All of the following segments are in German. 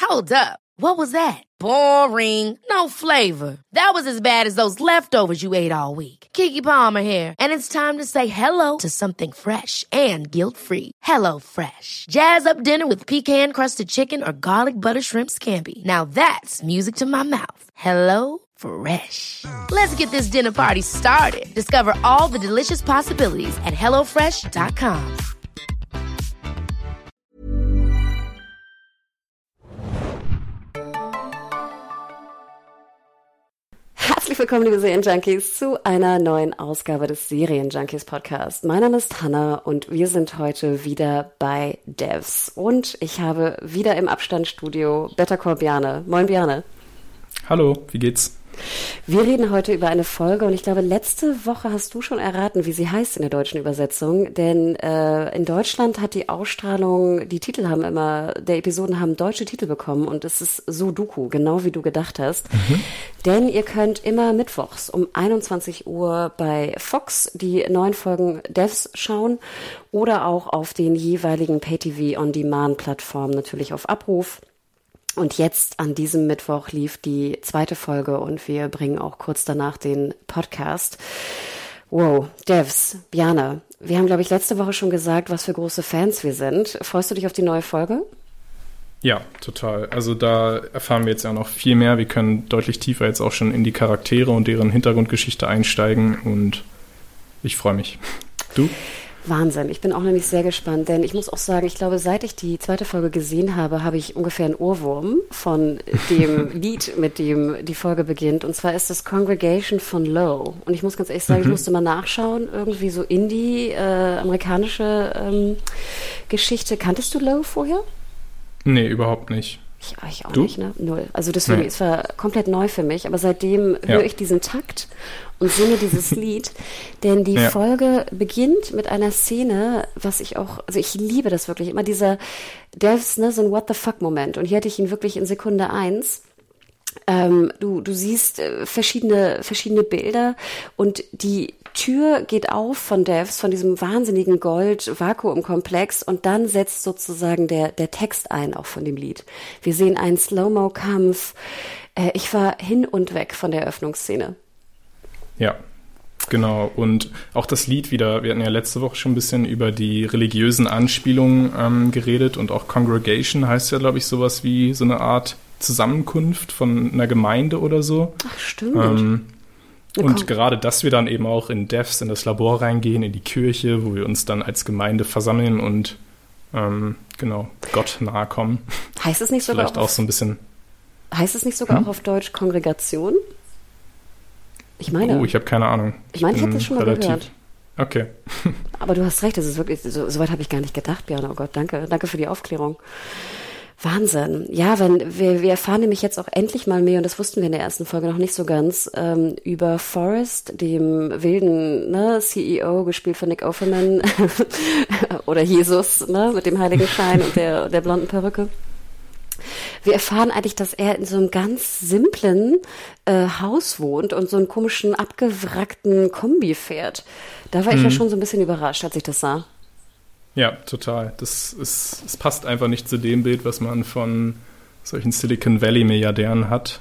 Hold up. What was that? Boring. No flavor. That was as bad as those leftovers you ate all week. Keke Palmer here, and it's time to say hello to something fresh and guilt-free. Hello Fresh. Jazz up dinner with pecan-crusted chicken or garlic butter shrimp scampi. Now that's music to my mouth. Hello Fresh. Let's get this dinner party started. Discover all the delicious possibilities at hellofresh.com. Herzlich willkommen, liebe Serienjunkies, zu einer neuen Ausgabe des Serienjunkies Podcast. Mein Name ist Hannah und wir sind heute wieder bei Devs. Und ich habe wieder im Abstandsstudio Better Call Bjarne. Moin Bjarne. Hallo, wie geht's? Wir reden heute über eine Folge und ich glaube, letzte Woche hast du schon erraten, wie sie heißt in der deutschen Übersetzung, denn in Deutschland hat die Ausstrahlung, die Titel haben immer, der Episoden haben deutsche Titel bekommen und es ist Sudoku, genau wie du gedacht hast. Denn ihr könnt immer mittwochs um 21 Uhr bei Fox die neuen Folgen Devs schauen oder auch auf den jeweiligen Pay-TV-on-Demand-Plattformen natürlich auf Abruf. Und jetzt an diesem Mittwoch lief die zweite Folge und wir bringen auch kurz danach den Podcast. Wow, Devs, Bjarne, wir haben, glaube ich, letzte Woche schon gesagt, was für große Fans wir sind. Freust du dich auf die neue Folge? Ja, total. Also da erfahren wir jetzt ja noch viel mehr. Wir können deutlich tiefer jetzt auch schon in die Charaktere und deren Hintergrundgeschichte einsteigen und ich freue mich. Du? Wahnsinn, ich bin auch nämlich sehr gespannt, denn ich muss auch sagen, ich glaube, seit ich die zweite Folge gesehen habe, habe ich ungefähr einen Ohrwurm von dem Lied, mit dem die Folge beginnt. Und zwar ist das Congregation von Low. Und ich muss ganz ehrlich sagen, ich musste mal nachschauen, irgendwie so Indie, amerikanische Geschichte. Kanntest du Low vorher? Nee, überhaupt nicht. Ich auch nicht, ne? Null. Also deswegen, es war komplett neu für mich, aber seitdem höre ich diesen Takt und singe dieses Lied, denn die Folge beginnt mit einer Szene, was ich auch, also ich liebe das wirklich, immer dieser Devs, ne, so ein What the fuck Moment und hier hatte ich ihn wirklich in Sekunde 1. Du siehst verschiedene Bilder und die Tür geht auf von Devs, von diesem wahnsinnigen Gold-Vakuum-Komplex und dann setzt sozusagen der Text ein, auch von dem Lied. Wir sehen einen Slow-Mo-Kampf. Ich war hin und weg von der Eröffnungsszene. Ja, genau. Und auch das Lied wieder, wir hatten ja letzte Woche schon ein bisschen über die religiösen Anspielungen geredet und auch Congregation heißt ja, glaube ich, sowas wie so eine Art Zusammenkunft von einer Gemeinde oder so. Ach, stimmt. Und gerade, dass wir dann eben auch in Devs, in das Labor reingehen, in die Kirche, wo wir uns dann als Gemeinde versammeln und Gott nahe kommen. Heißt es nicht sogar vielleicht auch so ein bisschen. Heißt es nicht sogar auch auf Deutsch Kongregation? Ich meine. Oh, ich habe keine Ahnung. Ich meine, ich habe das schon mal gehört. Okay. Aber du hast recht, das ist wirklich, so weit habe ich gar nicht gedacht, Bjarne. Oh Gott, danke. Danke für die Aufklärung. Wahnsinn. Ja, wir erfahren nämlich jetzt auch endlich mal mehr, und das wussten wir in der ersten Folge noch nicht so ganz, über Forrest, dem wilden CEO, gespielt von Nick Offerman, oder Jesus, mit dem heiligen Schein und der blonden Perücke. Wir erfahren eigentlich, dass er in so einem ganz simplen Haus wohnt und so einen komischen, abgewrackten Kombi fährt. Da war ich ja schon so ein bisschen überrascht, als ich das sah. Ja, total. Es passt einfach nicht zu dem Bild, was man von solchen Silicon Valley-Milliardären hat.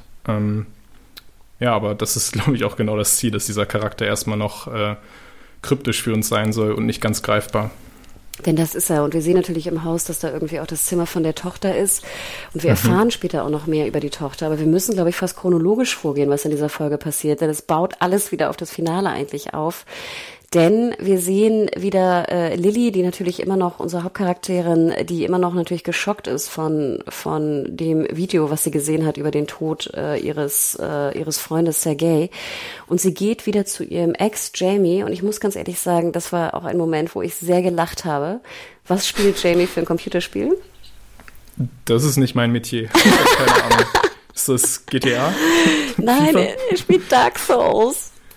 Aber das ist, glaube ich, auch genau das Ziel, dass dieser Charakter erstmal noch kryptisch für uns sein soll und nicht ganz greifbar. Denn das ist er. Und wir sehen natürlich im Haus, dass da irgendwie auch das Zimmer von der Tochter ist. Und wir erfahren später auch noch mehr über die Tochter. Aber wir müssen, glaube ich, fast chronologisch vorgehen, was in dieser Folge passiert. Denn es baut alles wieder auf das Finale eigentlich auf. Denn wir sehen wieder Lily, die natürlich immer noch, unsere Hauptcharakterin, die immer noch natürlich geschockt ist von dem Video, was sie gesehen hat über den Tod ihres Freundes Sergei. Und sie geht wieder zu ihrem Ex Jamie. Und ich muss ganz ehrlich sagen, das war auch ein Moment, wo ich sehr gelacht habe. Was spielt Jamie für ein Computerspiel? Das ist nicht mein Metier. Ich habe keine Ahnung. Ist das GTA? Nein, er spielt Dark Souls.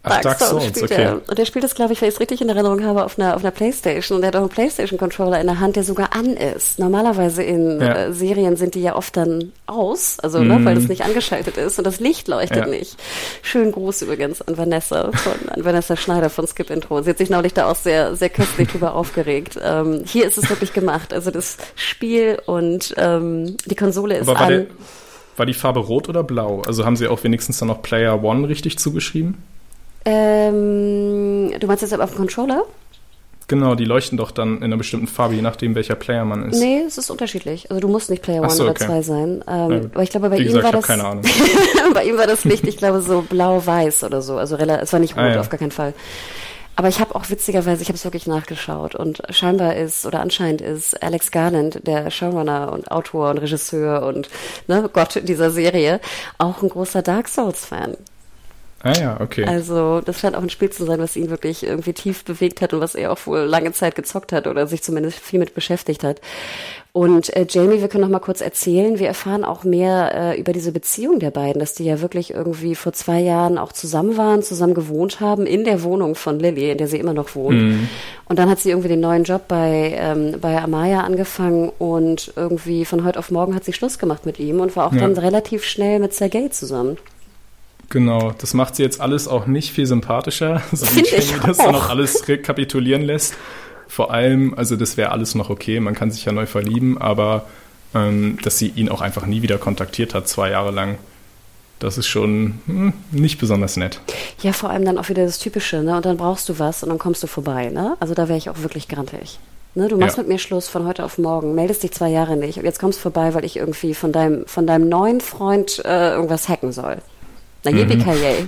Dark Souls spielt okay. er. Und der spielt das, glaube ich, wenn ich es richtig in Erinnerung habe, auf einer Playstation. Und er hat auch einen Playstation-Controller in der Hand, der sogar an ist. Normalerweise in Serien sind die ja oft dann aus, also weil das nicht angeschaltet ist und das Licht leuchtet nicht. Schönen Gruß übrigens an Vanessa Schneider von Skip Intro. Sie hat sich neulich da auch sehr, sehr köstlich drüber aufgeregt. Hier ist es wirklich gemacht. Also das Spiel und die Konsole ist an. War die Farbe rot oder blau? Also haben sie auch wenigstens dann noch Player One richtig zugeschrieben? Du meinst jetzt auf dem Controller? Genau, die leuchten doch dann in einer bestimmten Farbe, je nachdem, welcher Player man ist. Nee, es ist unterschiedlich. Also du musst nicht Player 1 oder 2 sein. Aber ich glaube, bei wie ihm gesagt, war das... Ich habe keine Ahnung. Bei ihm war das Licht, ich glaube, so blau-weiß oder so. Also es war nicht rot, auf gar keinen Fall. Aber ich habe auch witzigerweise, ich habe es wirklich nachgeschaut und anscheinend ist Alex Garland, der Showrunner und Autor und Regisseur und Gott dieser Serie, auch ein großer Dark Souls-Fan. Ah ja, okay. Also das scheint auch ein Spiel zu sein, was ihn wirklich irgendwie tief bewegt hat und was er auch wohl lange Zeit gezockt hat oder sich zumindest viel mit beschäftigt hat. Und Jamie, wir können noch mal kurz erzählen, wir erfahren auch mehr über diese Beziehung der beiden, dass die ja wirklich irgendwie vor 2 Jahren auch zusammen waren, zusammen gewohnt haben, in der Wohnung von Lily, in der sie immer noch wohnt. Mhm. Und dann hat sie irgendwie den neuen Job bei Amaya angefangen und irgendwie von heute auf morgen hat sie Schluss gemacht mit ihm und war auch dann relativ schnell mit Sergei zusammen. Genau, das macht sie jetzt alles auch nicht viel sympathischer, so wie Jamie das dann auch alles rekapitulieren lässt. Vor allem, also das wäre alles noch okay, man kann sich ja neu verlieben, aber dass sie ihn auch einfach nie wieder kontaktiert hat, 2 Jahre lang, das ist schon nicht besonders nett. Ja, vor allem dann auch wieder das Typische, und dann brauchst du was und dann kommst du vorbei, ne? Also da wäre ich auch wirklich grantig. Ne, du machst mit mir Schluss von heute auf morgen, meldest dich 2 Jahre nicht und jetzt kommst du vorbei, weil ich irgendwie von deinem neuen Freund irgendwas hacken soll. Na, yippie-ki-yay.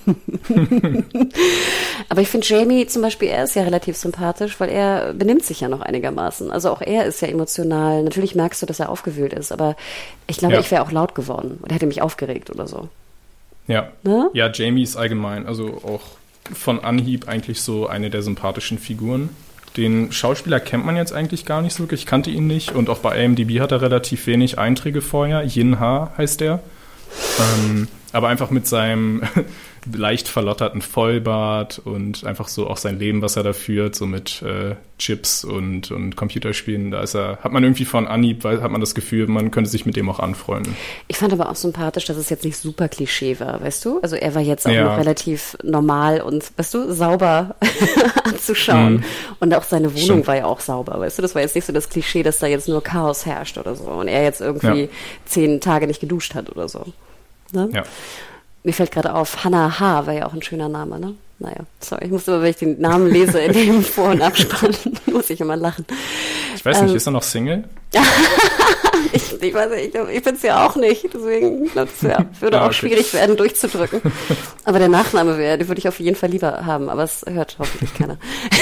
Aber ich finde Jamie zum Beispiel, er ist ja relativ sympathisch, weil er benimmt sich ja noch einigermaßen. Also auch er ist ja emotional. Natürlich merkst du, dass er aufgewühlt ist, aber ich glaube, ich wäre auch laut geworden oder hätte mich aufgeregt oder so. Ja. Ne? Ja, Jamie ist allgemein, also auch von Anhieb eigentlich so eine der sympathischen Figuren. Den Schauspieler kennt man jetzt eigentlich gar nicht so wirklich, ich kannte ihn nicht und auch bei IMDb hat er relativ wenig Einträge vorher. Yin Ha heißt er. Aber einfach mit seinem leicht verlotterten Vollbart und einfach so auch sein Leben, was er da führt, so mit Chips und Computerspielen, da hat man irgendwie von Anhieb, hat man das Gefühl, man könnte sich mit dem auch anfreunden. Ich fand aber auch sympathisch, dass es jetzt nicht super Klischee war, weißt du? Also er war jetzt auch noch relativ normal und, weißt du, sauber anzuschauen. Und auch seine Wohnung war ja auch sauber, weißt du? Das war jetzt nicht so das Klischee, dass da jetzt nur Chaos herrscht oder so und er jetzt irgendwie 10 Tage nicht geduscht hat oder so. Ne? Ja. Mir fällt gerade auf, Hannah H. war ja auch ein schöner Name, ne? Naja, sorry, ich muss immer, wenn ich den Namen lese in dem Vor- und Abspann, muss ich immer lachen. Ich weiß nicht, ist er noch Single? ich weiß nicht, ich bin es ja auch nicht, deswegen glaube ich, würde auch schwierig werden, durchzudrücken. Aber der Nachname den würde ich auf jeden Fall lieber haben, aber es hört hoffentlich keiner.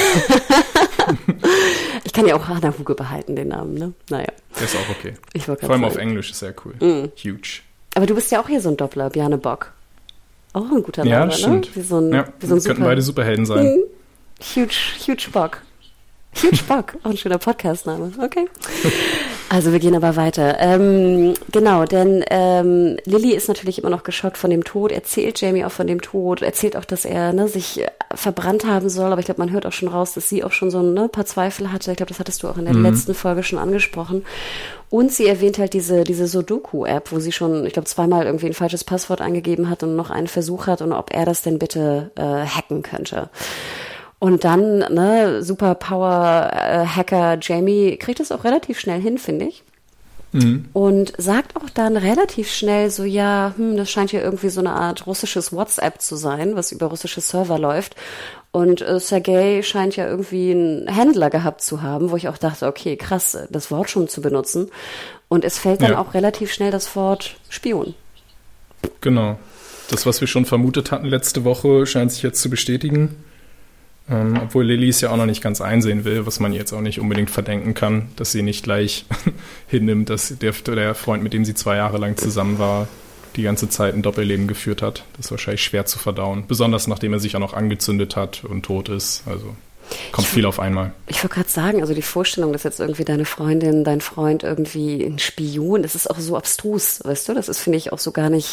Ich kann ja auch Hannah Huge behalten, den Namen, ne? Naja. Der ist auch okay. Vor allem auf Englisch ist sehr cool. Huge. Aber du bist ja auch hier so ein Doppler, Bjarne Bock. Auch ein guter Name, ja, das stimmt. Ne? Wie so ein könnten beide Superhelden sein. Huge Bock. Huge Bock, auch ein schöner Podcast-Name. Okay. Also wir gehen aber weiter. Genau, denn Lily ist natürlich immer noch geschockt von dem Tod, erzählt Jamie auch von dem Tod, erzählt auch, dass er sich verbrannt haben soll, aber ich glaube, man hört auch schon raus, dass sie auch schon so ein paar Zweifel hatte. Ich glaube, das hattest du auch in der letzten Folge schon angesprochen. Und sie erwähnt halt diese Sudoku-App, wo sie schon, ich glaube, 2-mal irgendwie ein falsches Passwort eingegeben hat und noch einen Versuch hat und ob er das denn bitte hacken könnte. Und dann, Superpower-Hacker Jamie kriegt das auch relativ schnell hin, finde ich. Mhm. Und sagt auch dann relativ schnell so, das scheint ja irgendwie so eine Art russisches WhatsApp zu sein, was über russische Server läuft. Und Sergei scheint ja irgendwie einen Händler gehabt zu haben, wo ich auch dachte, okay, krass, das Wort schon zu benutzen. Und es fällt dann auch relativ schnell das Wort Spion. Genau. Das, was wir schon vermutet hatten letzte Woche, scheint sich jetzt zu bestätigen. Obwohl Lily es ja auch noch nicht ganz einsehen will, was man jetzt auch nicht unbedingt verdenken kann, dass sie nicht gleich hinnimmt, dass der Freund, mit dem sie 2 Jahre lang zusammen war, die ganze Zeit ein Doppelleben geführt hat. Das ist wahrscheinlich schwer zu verdauen. Besonders nachdem er sich auch noch angezündet hat und tot ist. Also kommt viel auf einmal. Ich wollte gerade sagen, also die Vorstellung, dass jetzt irgendwie deine Freundin, dein Freund irgendwie ein Spion, das ist auch so abstrus, weißt du? Das ist, finde ich, auch so gar nicht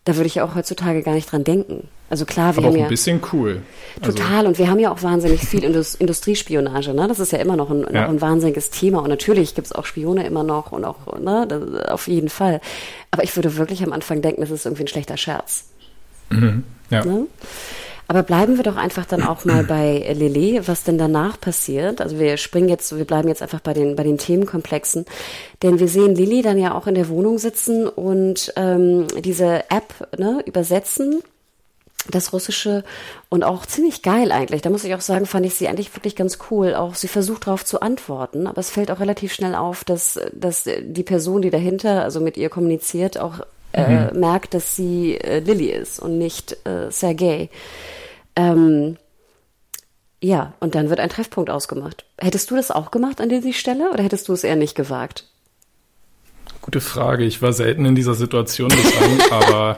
Da würde ich ja auch heutzutage gar nicht dran denken. Also klar, wir aber haben auch ein bisschen cool. Total, und wir haben ja auch wahnsinnig viel Industriespionage, ne? Das ist ja immer noch ein wahnsinniges Thema und natürlich gibt es auch Spione immer noch und auch, ne, das, auf jeden Fall. Aber ich würde wirklich am Anfang denken, das ist irgendwie ein schlechter Scherz. Mhm. Ja. Ne? Aber bleiben wir doch einfach dann auch mal bei Lily, was denn danach passiert. Also wir bleiben jetzt einfach bei den Themenkomplexen, denn wir sehen Lily dann ja auch in der Wohnung sitzen und diese App, ne, übersetzen, das Russische, und auch ziemlich geil eigentlich. Da muss ich auch sagen, fand ich sie eigentlich wirklich ganz cool. Auch sie versucht darauf zu antworten, aber es fällt auch relativ schnell auf, dass die Person, die dahinter, also mit ihr kommuniziert, auch merkt, dass sie Lily ist und nicht Sergei. Ja, und dann wird ein Treffpunkt ausgemacht. Hättest du das auch gemacht an dieser Stelle oder hättest du es eher nicht gewagt? Gute Frage. Ich war selten in dieser Situation bislang, aber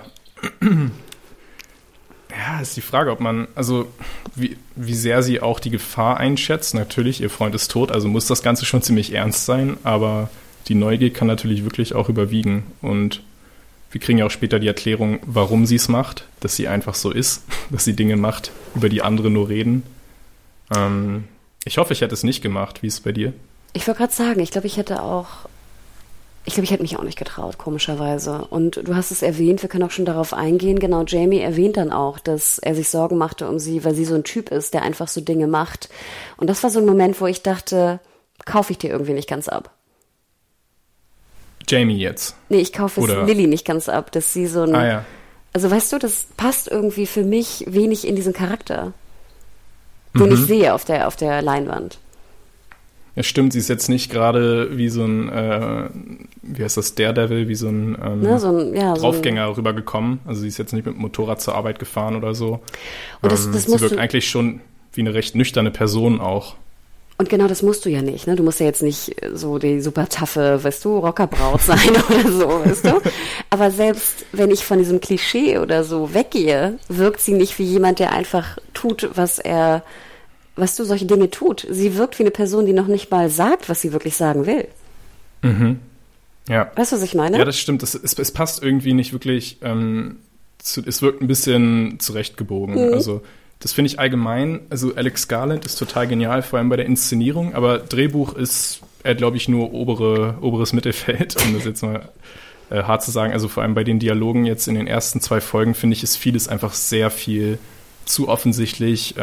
ja, ist die Frage, ob man, also wie sehr sie auch die Gefahr einschätzt. Natürlich, ihr Freund ist tot, also muss das Ganze schon ziemlich ernst sein, aber die Neugier kann natürlich wirklich auch überwiegen. Und wir kriegen ja auch später die Erklärung, warum sie es macht, dass sie einfach so ist, dass sie Dinge macht, über die andere nur reden. Ich hoffe, ich hätte es nicht gemacht. Wie ist es bei dir? Ich wollte gerade sagen, ich glaube, ich hätte mich auch nicht getraut, komischerweise. Und du hast es erwähnt, wir können auch schon darauf eingehen. Genau, Jamie erwähnt dann auch, dass er sich Sorgen machte um sie, weil sie so ein Typ ist, der einfach so Dinge macht. Und das war so ein Moment, wo ich dachte, kaufe ich dir irgendwie nicht ganz ab. Jamie jetzt? Nee, ich kaufe es Lily nicht ganz ab, dass sie so ein... ja. Also weißt du, das passt irgendwie für mich wenig in diesen Charakter, den ich sehe auf der Leinwand. Ja, stimmt, sie ist jetzt nicht gerade wie so ein, wie heißt das, Daredevil, wie so ein, Draufgänger rübergekommen. Also sie ist jetzt nicht mit dem Motorrad zur Arbeit gefahren oder so. Und das sie wirkt eigentlich schon wie eine recht nüchterne Person auch. Und genau das musst du ja nicht, ne? Du musst ja jetzt nicht so die super taffe, weißt du, Rockerbraut sein oder so, weißt du? Aber selbst wenn ich von diesem Klischee oder so weggehe, wirkt sie nicht wie jemand, der einfach tut, was du, solche Dinge tut. Sie wirkt wie eine Person, die noch nicht mal sagt, was sie wirklich sagen will. Mhm. Ja. Weißt du, was ich meine? Ja, das stimmt. Es passt irgendwie nicht wirklich, es wirkt ein bisschen zurechtgebogen. Mhm. Also das finde ich allgemein, also Alex Garland ist total genial, vor allem bei der Inszenierung, aber Drehbuch ist, glaube ich, nur oberes Mittelfeld, um das jetzt mal hart zu sagen. Also vor allem bei den Dialogen jetzt in den ersten 2 Folgen, finde ich, ist vieles einfach sehr viel zu offensichtlich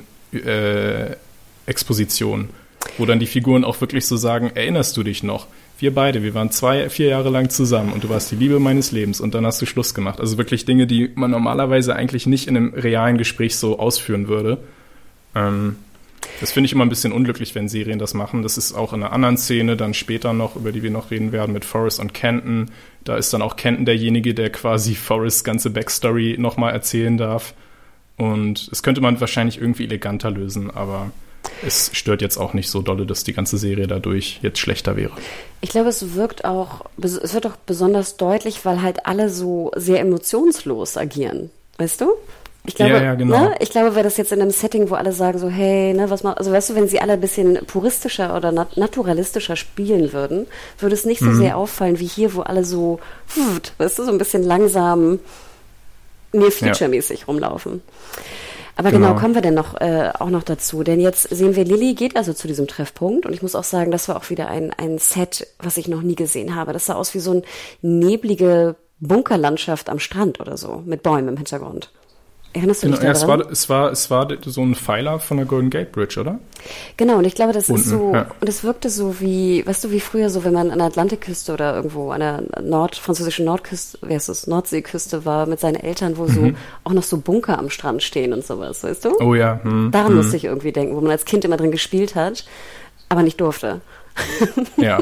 Exposition, wo dann die Figuren auch wirklich so sagen, erinnerst du dich noch? Wir waren 4 Jahre lang zusammen und du warst die Liebe meines Lebens und dann hast du Schluss gemacht. Also wirklich Dinge, die man normalerweise eigentlich nicht in einem realen Gespräch so ausführen würde. Das finde ich immer ein bisschen unglücklich, wenn Serien das machen. Das ist auch in einer anderen Szene, dann später noch, über die wir noch reden werden, mit Forrest und Kenton. Da ist dann auch Kenton derjenige, der quasi Forrests ganze Backstory nochmal erzählen darf. Und das könnte man wahrscheinlich irgendwie eleganter lösen, aber es stört jetzt auch nicht so dolle, dass die ganze Serie dadurch jetzt schlechter wäre. Ich glaube, es wird auch besonders deutlich, weil halt alle so sehr emotionslos agieren. Weißt du? Ich glaube, ja, genau. Ne? Ich glaube, wäre das jetzt in einem Setting, wo alle sagen so, hey, ne, also weißt du, wenn sie alle ein bisschen puristischer oder naturalistischer spielen würden, würde es nicht so sehr auffallen wie hier, wo alle so, weißt du, so ein bisschen langsam Near-Future-mäßig rumlaufen. Aber genau, kommen wir denn auch noch dazu? Denn jetzt sehen wir, Lily geht also zu diesem Treffpunkt und ich muss auch sagen, das war auch wieder ein Set, was ich noch nie gesehen habe. Das sah aus wie so eine neblige Bunkerlandschaft am Strand oder so, mit Bäumen im Hintergrund. Erinnerst du dich daran? Es war so ein Pfeiler von der Golden Gate Bridge, oder? Genau, und ich glaube, das unten, ist so, ja. Und es wirkte so wie, weißt du, wie früher so, wenn man an der Atlantikküste oder irgendwo an der französischen Nordseeküste war mit seinen Eltern, wo so auch noch so Bunker am Strand stehen und sowas, weißt du? Oh ja. Daran musste ich irgendwie denken, wo man als Kind immer drin gespielt hat, aber nicht durfte. Ja.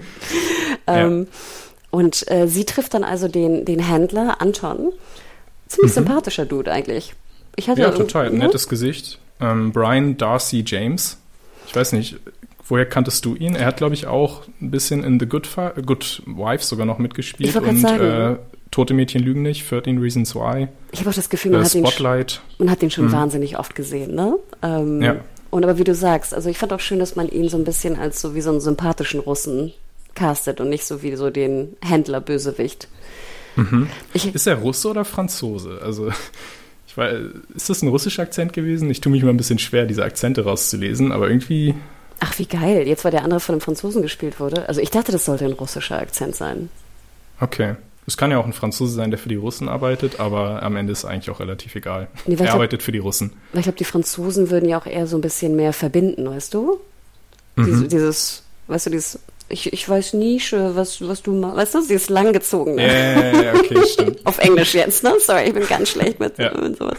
Und sie trifft dann also den Händler, Anton. Ziemlich sympathischer Dude eigentlich. Total. Nettes Gesicht. Brian Darcy James. Ich weiß nicht, woher kanntest du ihn? Er hat, glaube ich, auch ein bisschen in The Good Wife sogar noch mitgespielt. Und Tote Mädchen lügen nicht, 13 Reasons Why. Ich habe auch das Gefühl, man hat den schon wahnsinnig oft gesehen, ne? Ja. Und aber wie du sagst, also ich fand auch schön, dass man ihn so ein bisschen als so wie so einen sympathischen Russen castet und nicht so wie so den Händler-Bösewicht. Mhm. Ist er Russe oder Franzose? Also, ist das ein russischer Akzent gewesen? Ich tue mich immer ein bisschen schwer, diese Akzente rauszulesen, aber irgendwie... Ach, wie geil. Jetzt, weil der andere von einem Franzosen gespielt wurde. Also ich dachte, das sollte ein russischer Akzent sein. Okay. Es kann ja auch ein Franzose sein, der für die Russen arbeitet, aber am Ende ist eigentlich auch relativ egal. Nee, er arbeitet für die Russen. Weil ich glaube, die Franzosen würden ja auch eher so ein bisschen mehr verbinden, weißt du? Dieses, weißt du, dieses... Ich weiß nicht, was du machst. Weißt du, sie ist langgezogen. Ne? Ja, okay, stimmt. Auf Englisch jetzt, ne? Sorry, ich bin ganz schlecht mit sowas.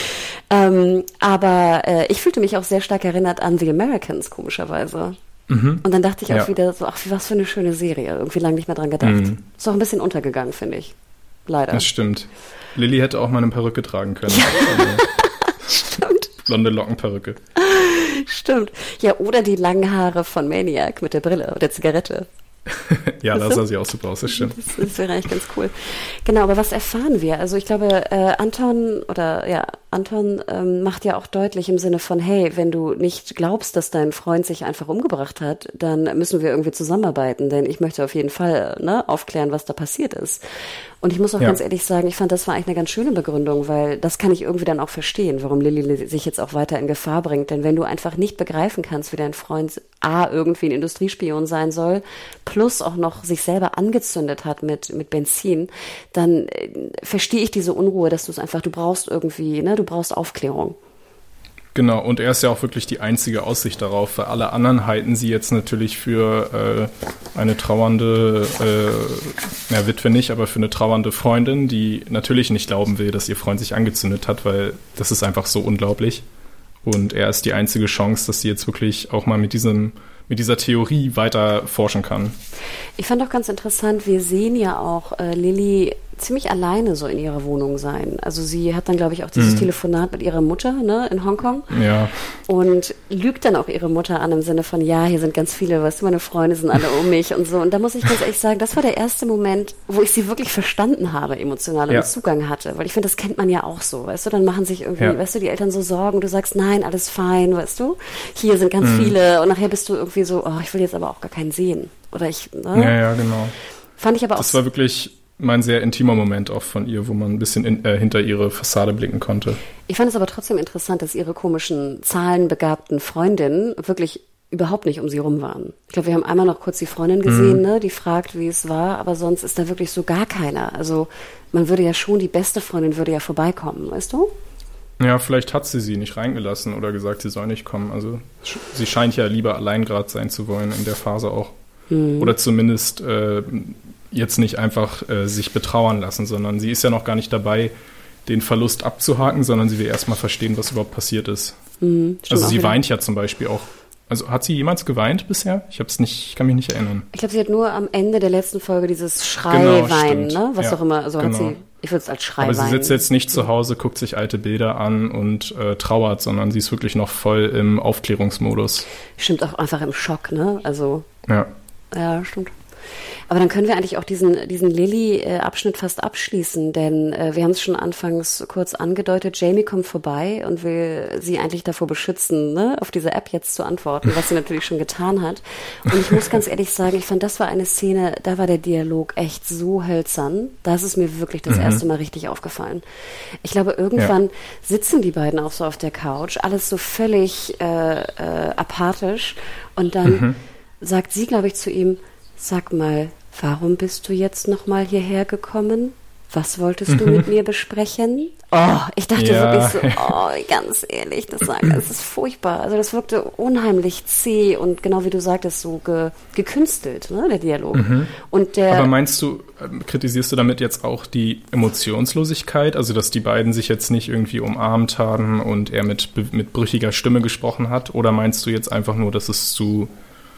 Aber ich fühlte mich auch sehr stark erinnert an The Americans, komischerweise. Und dann dachte ich auch wieder so, ach, was für eine schöne Serie. Irgendwie lange nicht mehr dran gedacht. Ist auch ein bisschen untergegangen, finde ich. Leider. Das stimmt. Lilly hätte auch mal eine Perücke tragen können. Ja. Stimmt. Blonde Lockenperücke. Stimmt. Ja, oder die langen Haare von Maniac mit der Brille und der Zigarette. Ja, da sah sie auch super aus, das stimmt. Das wäre eigentlich ganz cool. Genau, aber was erfahren wir? Also ich glaube, Anton macht ja auch deutlich im Sinne von, hey, wenn du nicht glaubst, dass dein Freund sich einfach umgebracht hat, dann müssen wir irgendwie zusammenarbeiten, denn ich möchte auf jeden Fall aufklären, was da passiert ist. Und ich muss auch ganz ehrlich sagen, ich fand, das war eigentlich eine ganz schöne Begründung, weil das kann ich irgendwie dann auch verstehen, warum Lilly sich jetzt auch weiter in Gefahr bringt. Denn wenn du einfach nicht begreifen kannst, wie dein Freund irgendwie ein Industriespion sein soll, plus auch noch sich selber angezündet hat mit Benzin, dann verstehe ich diese Unruhe, dass du brauchst irgendwie, du brauchst Aufklärung. Genau, und er ist ja auch wirklich die einzige Aussicht darauf, weil alle anderen halten sie jetzt natürlich für eine trauernde, Witwe nicht, aber für eine trauernde Freundin, die natürlich nicht glauben will, dass ihr Freund sich angezündet hat, weil das ist einfach so unglaublich. Und er ist die einzige Chance, dass sie jetzt wirklich auch mal mit dieser Theorie weiter forschen kann. Ich fand auch ganz interessant, wir sehen ja auch Lilly ziemlich alleine so in ihrer Wohnung sein. Also sie hat dann, glaube ich, auch dieses Telefonat mit ihrer Mutter, in Hongkong. Ja. Und lügt dann auch ihre Mutter an im Sinne von, ja, hier sind ganz viele, weißt du, meine Freunde sind alle um mich und so. Und da muss ich ganz ehrlich sagen, das war der erste Moment, wo ich sie wirklich verstanden habe, emotional und Zugang hatte. Weil ich finde, das kennt man ja auch so, weißt du, dann machen sich irgendwie, weißt du, die Eltern so Sorgen, du sagst, nein, alles fein, weißt du, hier sind ganz viele und nachher bist du irgendwie so, oh, ich will jetzt aber auch gar keinen sehen. Oder Ja, genau. Fand ich aber auch. Das war wirklich mein sehr intimer Moment auch von ihr, wo man ein bisschen hinter ihre Fassade blicken konnte. Ich fand es aber trotzdem interessant, dass ihre komischen, zahlenbegabten Freundinnen wirklich überhaupt nicht um sie rum waren. Ich glaube, wir haben einmal noch kurz die Freundin gesehen, die fragt, wie es war, aber sonst ist da wirklich so gar keiner. Also man würde ja schon, die beste Freundin würde ja vorbeikommen, weißt du? Ja, vielleicht hat sie nicht reingelassen oder gesagt, sie soll nicht kommen. Also sie scheint ja lieber allein gerade sein zu wollen in der Phase auch. Oder zumindest jetzt nicht einfach sich betrauern lassen, sondern sie ist ja noch gar nicht dabei, den Verlust abzuhaken, sondern sie will erstmal verstehen, was überhaupt passiert ist. Also sie weint ja zum Beispiel auch. Also hat sie jemals geweint bisher? Ich kann mich nicht erinnern. Ich glaube, sie hat nur am Ende der letzten Folge dieses Schrei-Weinen, Was auch immer, also hat sie, ich würde es als Schrei-Weinen. Aber sie sitzt jetzt nicht zu Hause, guckt sich alte Bilder an und trauert, sondern sie ist wirklich noch voll im Aufklärungsmodus. Stimmt, auch einfach im Schock, Also. Ja, stimmt. Aber dann können wir eigentlich auch diesen Lilly-Abschnitt fast abschließen, denn wir haben es schon anfangs kurz angedeutet, Jamie kommt vorbei und will sie eigentlich davor beschützen, auf diese App jetzt zu antworten, was sie natürlich schon getan hat. Und ich muss ganz ehrlich sagen, ich fand, das war eine Szene, da war der Dialog echt so hölzern. Da ist es mir wirklich das erste Mal richtig aufgefallen. Ich glaube, irgendwann sitzen die beiden auch so auf der Couch, alles so völlig apathisch und dann sagt sie, glaube ich, zu ihm, sag mal, warum bist du jetzt nochmal hierher gekommen? Was wolltest du mit mir besprechen? Oh, ich dachte wirklich so, ganz ehrlich, das ist furchtbar. Also das wirkte unheimlich zäh und genau wie du sagtest, so gekünstelt, der Dialog. Und aber kritisierst du damit jetzt auch die Emotionslosigkeit? Also dass die beiden sich jetzt nicht irgendwie umarmt haben und er mit brüchiger Stimme gesprochen hat? Oder meinst du jetzt einfach nur, dass es zu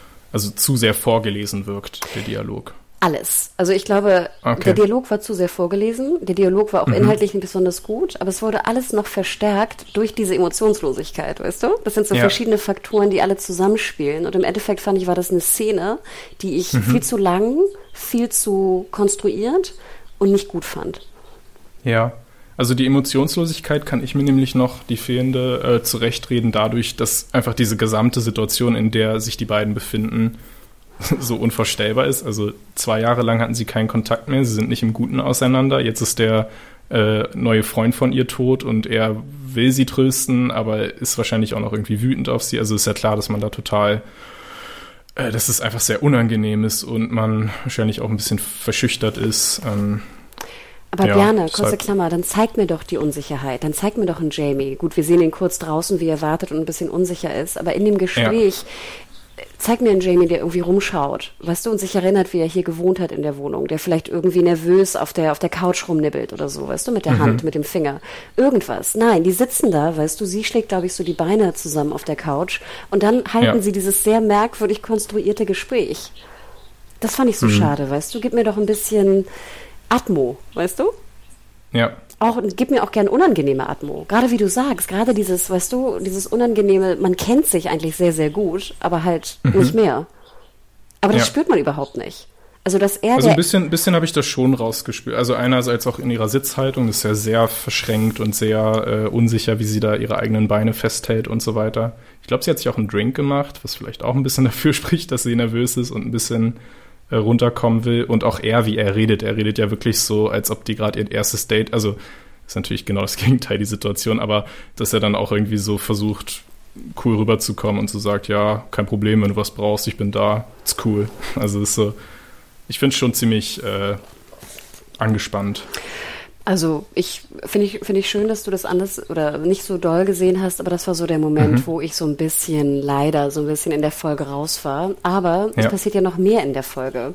sehr vorgelesen wirkt, der Dialog? Alles. Also ich glaube, der Dialog war zu sehr vorgelesen. Der Dialog war auch inhaltlich nicht besonders gut, aber es wurde alles noch verstärkt durch diese Emotionslosigkeit, weißt du? Das sind so verschiedene Faktoren, die alle zusammenspielen. Und im Endeffekt fand ich, war das eine Szene, die ich viel zu lang, viel zu konstruiert und nicht gut fand. Ja. Also die Emotionslosigkeit kann ich mir nämlich noch die fehlende zurechtreden dadurch, dass einfach diese gesamte Situation, in der sich die beiden befinden, so unvorstellbar ist. Also 2 Jahre lang hatten sie keinen Kontakt mehr, sie sind nicht im Guten auseinander. Jetzt ist der neue Freund von ihr tot und er will sie trösten, aber ist wahrscheinlich auch noch irgendwie wütend auf sie. Also ist ja klar, dass man da total, dass es einfach sehr unangenehm ist und man wahrscheinlich auch ein bisschen verschüchtert ist. Aber Bjarne, kurze Klammer, dann zeig mir doch die Unsicherheit, dann zeig mir doch einen Jamie. Gut, wir sehen ihn kurz draußen, wie er wartet und ein bisschen unsicher ist, aber in dem Gespräch, zeig mir einen Jamie, der irgendwie rumschaut, weißt du, und sich erinnert, wie er hier gewohnt hat in der Wohnung, der vielleicht irgendwie nervös auf der Couch rumnibbelt oder so, weißt du, mit der Hand, mit dem Finger. Irgendwas. Nein, die sitzen da, weißt du, sie schlägt, glaube ich, so die Beine zusammen auf der Couch und dann halten sie dieses sehr merkwürdig konstruierte Gespräch. Das fand ich so schade, weißt du, gib mir doch ein bisschen Atmo, weißt du? Ja. Gib mir auch gern unangenehme Atmo. Gerade wie du sagst, gerade dieses, weißt du, dieses unangenehme, man kennt sich eigentlich sehr, sehr gut, aber halt nicht mehr. Aber das spürt man überhaupt nicht. Also, dass er ein bisschen habe ich das schon rausgespürt. Also einerseits auch in ihrer Sitzhaltung, das ist ja sehr verschränkt und sehr unsicher, wie sie da ihre eigenen Beine festhält und so weiter. Ich glaube, sie hat sich auch einen Drink gemacht, was vielleicht auch ein bisschen dafür spricht, dass sie nervös ist und ein bisschen runterkommen will. Und auch wie er redet ja wirklich so, als ob die gerade ihr erstes Date, also ist natürlich genau das Gegenteil, die Situation, aber dass er dann auch irgendwie so versucht, cool rüberzukommen und so sagt, ja, kein Problem, wenn du was brauchst, ich bin da, ist cool. Also ist so, ich finde es schon ziemlich angespannt. Also finde ich schön, dass du das anders oder nicht so doll gesehen hast, aber das war so der Moment, wo ich leider so ein bisschen in der Folge raus war. Aber es passiert ja noch mehr in der Folge.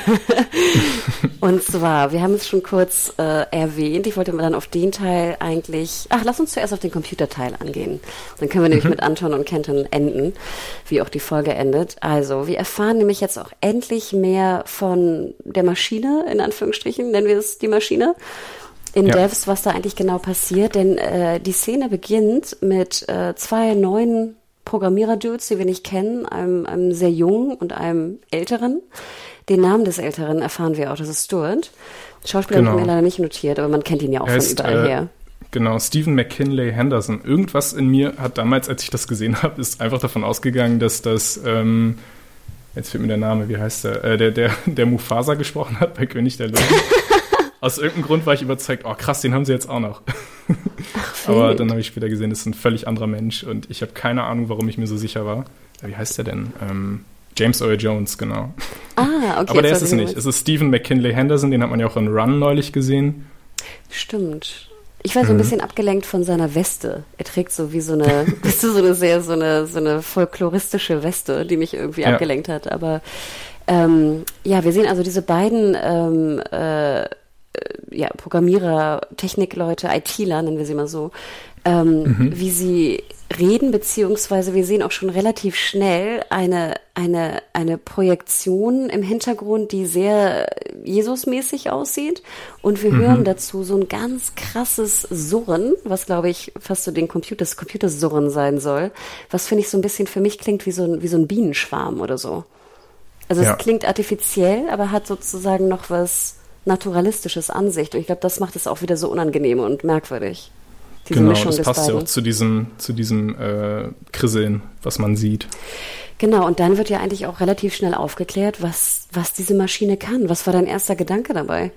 Und zwar, wir haben es schon kurz erwähnt, ich wollte mal dann auf den Teil lass uns zuerst auf den Computerteil angehen. Dann können wir nämlich mit Anton und Kenton enden, wie auch die Folge endet. Also, wir erfahren nämlich jetzt auch endlich mehr von der Maschine, in Anführungsstrichen, nennen wir es die Maschine. In Devs, was da eigentlich genau passiert, denn die Szene beginnt mit 2 neuen Programmierer-Dudes, die wir nicht kennen, einem sehr jungen und einem älteren. Den Namen des Älteren erfahren wir auch, das ist Stuart. Schauspieler haben wir leider nicht notiert, aber man kennt ihn ja auch von überall her. Genau, Stephen McKinley Henderson. Irgendwas in mir hat damals, als ich das gesehen habe, ist einfach davon ausgegangen, dass das, jetzt fehlt mir der Name, wie heißt der Mufasa gesprochen hat bei König der Löwen. Aus irgendeinem Grund war ich überzeugt, oh krass, den haben sie jetzt auch noch. Aber dann habe ich später gesehen, das ist ein völlig anderer Mensch und ich habe keine Ahnung, warum ich mir so sicher war. Wie heißt der denn? James Earl Jones, genau. Ah, okay. Aber der ist es nicht. Es ist Stephen McKinley Henderson, den hat man ja auch in Run neulich gesehen. Stimmt. Ich war so ein bisschen abgelenkt von seiner Weste. Er trägt so wie so eine, so eine folkloristische Weste, die mich irgendwie abgelenkt hat. Aber wir sehen also diese beiden Programmierer, Technikleute, ITler, nennen wir sie mal so, wie sie reden, beziehungsweise wir sehen auch schon relativ schnell eine Projektion im Hintergrund, die sehr Jesusmäßig aussieht und wir hören dazu so ein ganz krasses Surren, was glaube ich fast so das Computersurren sein soll, was finde ich so ein bisschen für mich klingt wie so ein Bienenschwarm oder so. Also es klingt artifiziell, aber hat sozusagen noch was Naturalistisches an sich. Und ich glaube, das macht es auch wieder so unangenehm und merkwürdig. Diese Mischung das des passt beiden. Ja auch zu diesem Krisseln, was man sieht. Genau, und dann wird ja eigentlich auch relativ schnell aufgeklärt, was diese Maschine kann. Was war dein erster Gedanke dabei?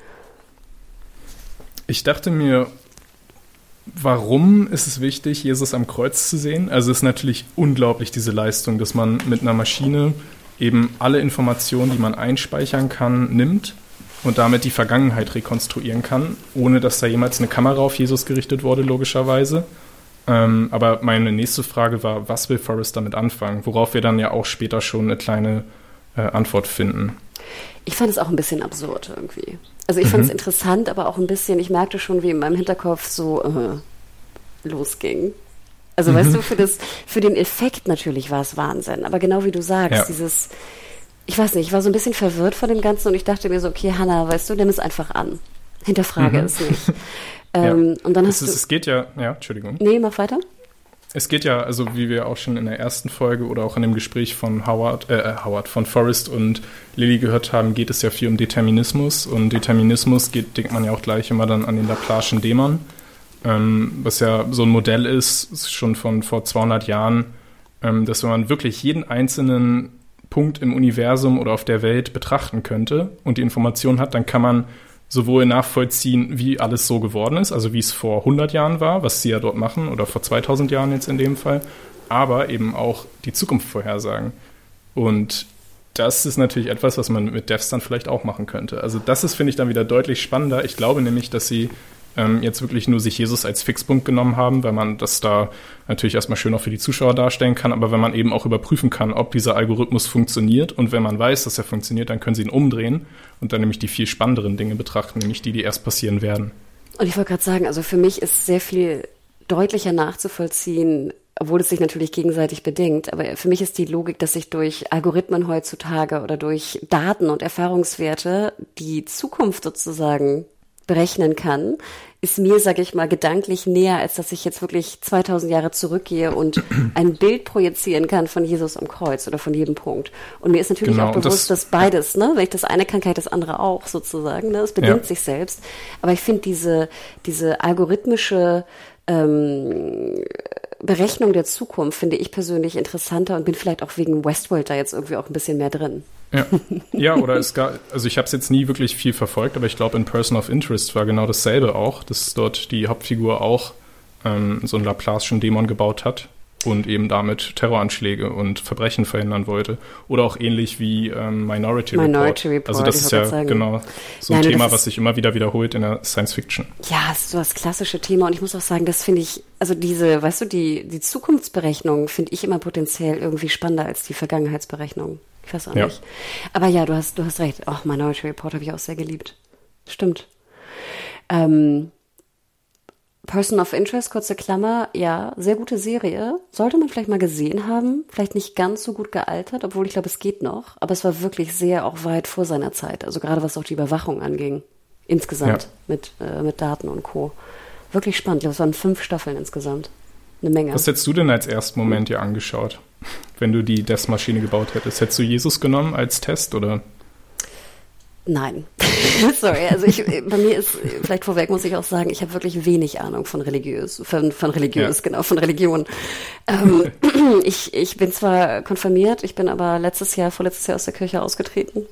Ich dachte mir, warum ist es wichtig, Jesus am Kreuz zu sehen? Also es ist natürlich unglaublich, diese Leistung, dass man mit einer Maschine eben alle Informationen, die man einspeichern kann, nimmt und damit die Vergangenheit rekonstruieren kann, ohne dass da jemals eine Kamera auf Jesus gerichtet wurde, logischerweise. Aber meine nächste Frage war, was will Forrest damit anfangen? Worauf wir dann ja auch später schon eine kleine Antwort finden. Ich fand es auch ein bisschen absurd irgendwie. Also ich fand es interessant, aber auch ein bisschen, ich merkte schon, wie in meinem Hinterkopf so losging. Also weißt du, für den Effekt natürlich war es Wahnsinn, aber genau wie du sagst, ich weiß nicht, ich war so ein bisschen verwirrt von dem Ganzen und ich dachte mir so, okay, Hannah, weißt du, nimm es einfach an. Hinterfrage es nicht. Und dann es geht ja, Entschuldigung. Nee, mach weiter. Es geht ja, also wie wir auch schon in der ersten Folge oder auch in dem Gespräch von von Forrest und Lily gehört haben, geht es ja viel um Determinismus und Determinismus denkt man ja auch gleich immer dann an den Laplace'schen Dämon, was ja so ein Modell ist schon von vor 200 Jahren, dass wenn man wirklich jeden einzelnen Punkt im Universum oder auf der Welt betrachten könnte und die Information hat, dann kann man sowohl nachvollziehen, wie alles so geworden ist, also wie es vor 100 Jahren war, was sie ja dort machen, oder vor 2000 Jahren jetzt in dem Fall, aber eben auch die Zukunft vorhersagen. Und das ist natürlich etwas, was man mit Devs dann vielleicht auch machen könnte. Also das ist, finde ich, dann wieder deutlich spannender. Ich glaube nämlich, dass sie jetzt wirklich nur sich Jesus als Fixpunkt genommen haben, weil man das da natürlich erstmal schön auch für die Zuschauer darstellen kann, aber wenn man eben auch überprüfen kann, ob dieser Algorithmus funktioniert und wenn man weiß, dass er funktioniert, dann können sie ihn umdrehen und dann nämlich die viel spannenderen Dinge betrachten, nämlich die erst passieren werden. Und ich wollte gerade sagen, also für mich ist sehr viel deutlicher nachzuvollziehen, obwohl es sich natürlich gegenseitig bedingt, aber für mich ist die Logik, dass ich durch Algorithmen heutzutage oder durch Daten und Erfahrungswerte die Zukunft sozusagen berechnen kann, ist mir, sage ich mal, gedanklich näher, als dass ich jetzt wirklich 2000 Jahre zurückgehe und ein Bild projizieren kann von Jesus am Kreuz oder von jedem Punkt. Und mir ist natürlich auch bewusst, dass beides, ne, wenn ich das eine kann, kann ich das andere auch sozusagen, ne, es bedingt sich selbst. Aber ich finde diese algorithmische Berechnung der Zukunft finde ich persönlich interessanter und bin vielleicht auch wegen Westworld da jetzt irgendwie auch ein bisschen mehr drin. Ja, oder also ich habe es jetzt nie wirklich viel verfolgt, aber ich glaube, in Person of Interest war genau dasselbe auch, dass dort die Hauptfigur auch so einen Laplace'schen Dämon gebaut hat und eben damit Terroranschläge und Verbrechen verhindern wollte. Oder auch ähnlich wie Minority Report. Also das ist ja genau so ein Thema, was sich immer wieder wiederholt in der Science Fiction. Ja, das ist so das klassische Thema und ich muss auch sagen, das finde ich, also die Zukunftsberechnung finde ich immer potenziell irgendwie spannender als die Vergangenheitsberechnung. Ich weiß auch nicht. Aber ja, du hast recht. Ach, Minority Report habe ich auch sehr geliebt. Stimmt. Person of Interest, kurze Klammer, ja, sehr gute Serie. Sollte man vielleicht mal gesehen haben. Vielleicht nicht ganz so gut gealtert, obwohl ich glaube, es geht noch. Aber es war wirklich sehr auch weit vor seiner Zeit. Also gerade was auch die Überwachung anging. Insgesamt mit Daten und Co. Wirklich spannend. Ich glaube, es waren 5 Staffeln insgesamt. Eine Menge. Was hättest du denn als ersten Moment dir angeschaut, wenn du die Devs-Maschine gebaut hättest? Hättest du Jesus genommen als Test, oder? Nein. Sorry, also bei mir ist, vielleicht vorweg muss ich auch sagen, ich habe wirklich wenig Ahnung von Religion. Ich bin zwar konfirmiert, ich bin aber vorletztes Jahr aus der Kirche ausgetreten.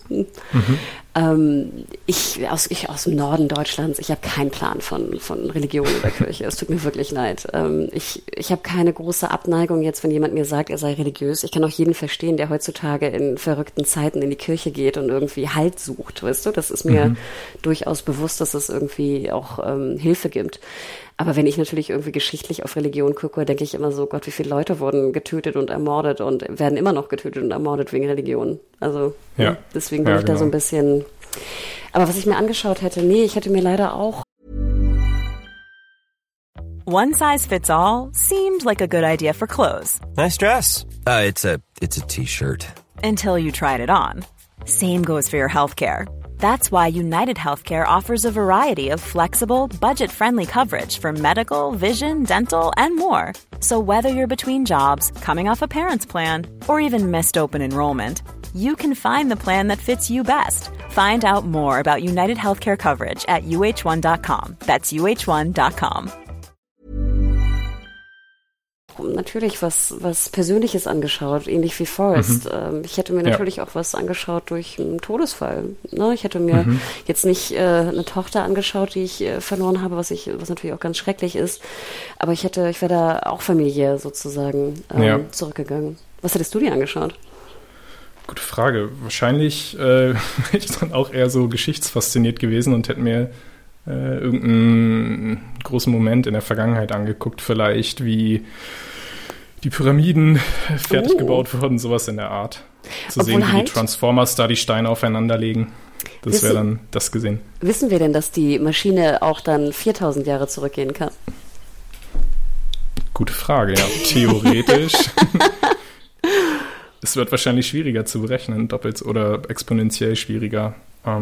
Aus dem Norden Deutschlands, ich habe keinen Plan von Religion oder Kirche, es tut mir wirklich leid. Ich habe keine große Abneigung jetzt, wenn jemand mir sagt, er sei religiös. Ich kann auch jeden verstehen, der heutzutage in verrückten Zeiten in die Kirche geht und irgendwie Halt sucht, weißt du? Das ist mir durchaus bewusst, dass es irgendwie auch Hilfe gibt. Aber wenn ich natürlich irgendwie geschichtlich auf Religion gucke, denke ich immer so, Gott, wie viele Leute wurden getötet und ermordet und werden immer noch getötet und ermordet wegen Religion. Also deswegen bin ich da so ein bisschen... Aber was ich mir angeschaut hätte, ich hätte mir leider auch... One size fits all seemed like a good idea for clothes. Nice dress. It's a T-shirt. Until you tried it on. Same goes for your healthcare. That's why United Healthcare offers a variety of flexible, budget-friendly coverage for medical, vision, dental, and more. So whether you're between jobs, coming off a parent's plan, or even missed open enrollment, you can find the plan that fits you best. Find out more about United Healthcare coverage at uh1.com. That's uh1.com. Natürlich was Persönliches angeschaut, ähnlich wie Forrest. Ich hätte mir natürlich auch was angeschaut durch einen Todesfall. Ne? Ich hätte mir jetzt nicht eine Tochter angeschaut, die ich verloren habe, was natürlich auch ganz schrecklich ist. Aber ich wäre da auch familiär sozusagen zurückgegangen. Was hättest du dir angeschaut? Gute Frage. Wahrscheinlich hätte ich dann auch eher so geschichtsfasziniert gewesen und hätte mir irgendeinen großen Moment in der Vergangenheit angeguckt, vielleicht wie die Pyramiden fertig gebaut wurden, sowas in der Art. Zu sehen, wie die Transformers da die Steine aufeinander legen. Das wäre dann das gesehen. Wissen wir denn, dass die Maschine auch dann 4000 Jahre zurückgehen kann? Gute Frage, ja. Theoretisch. Es wird wahrscheinlich schwieriger zu berechnen, doppelt oder exponentiell schwieriger.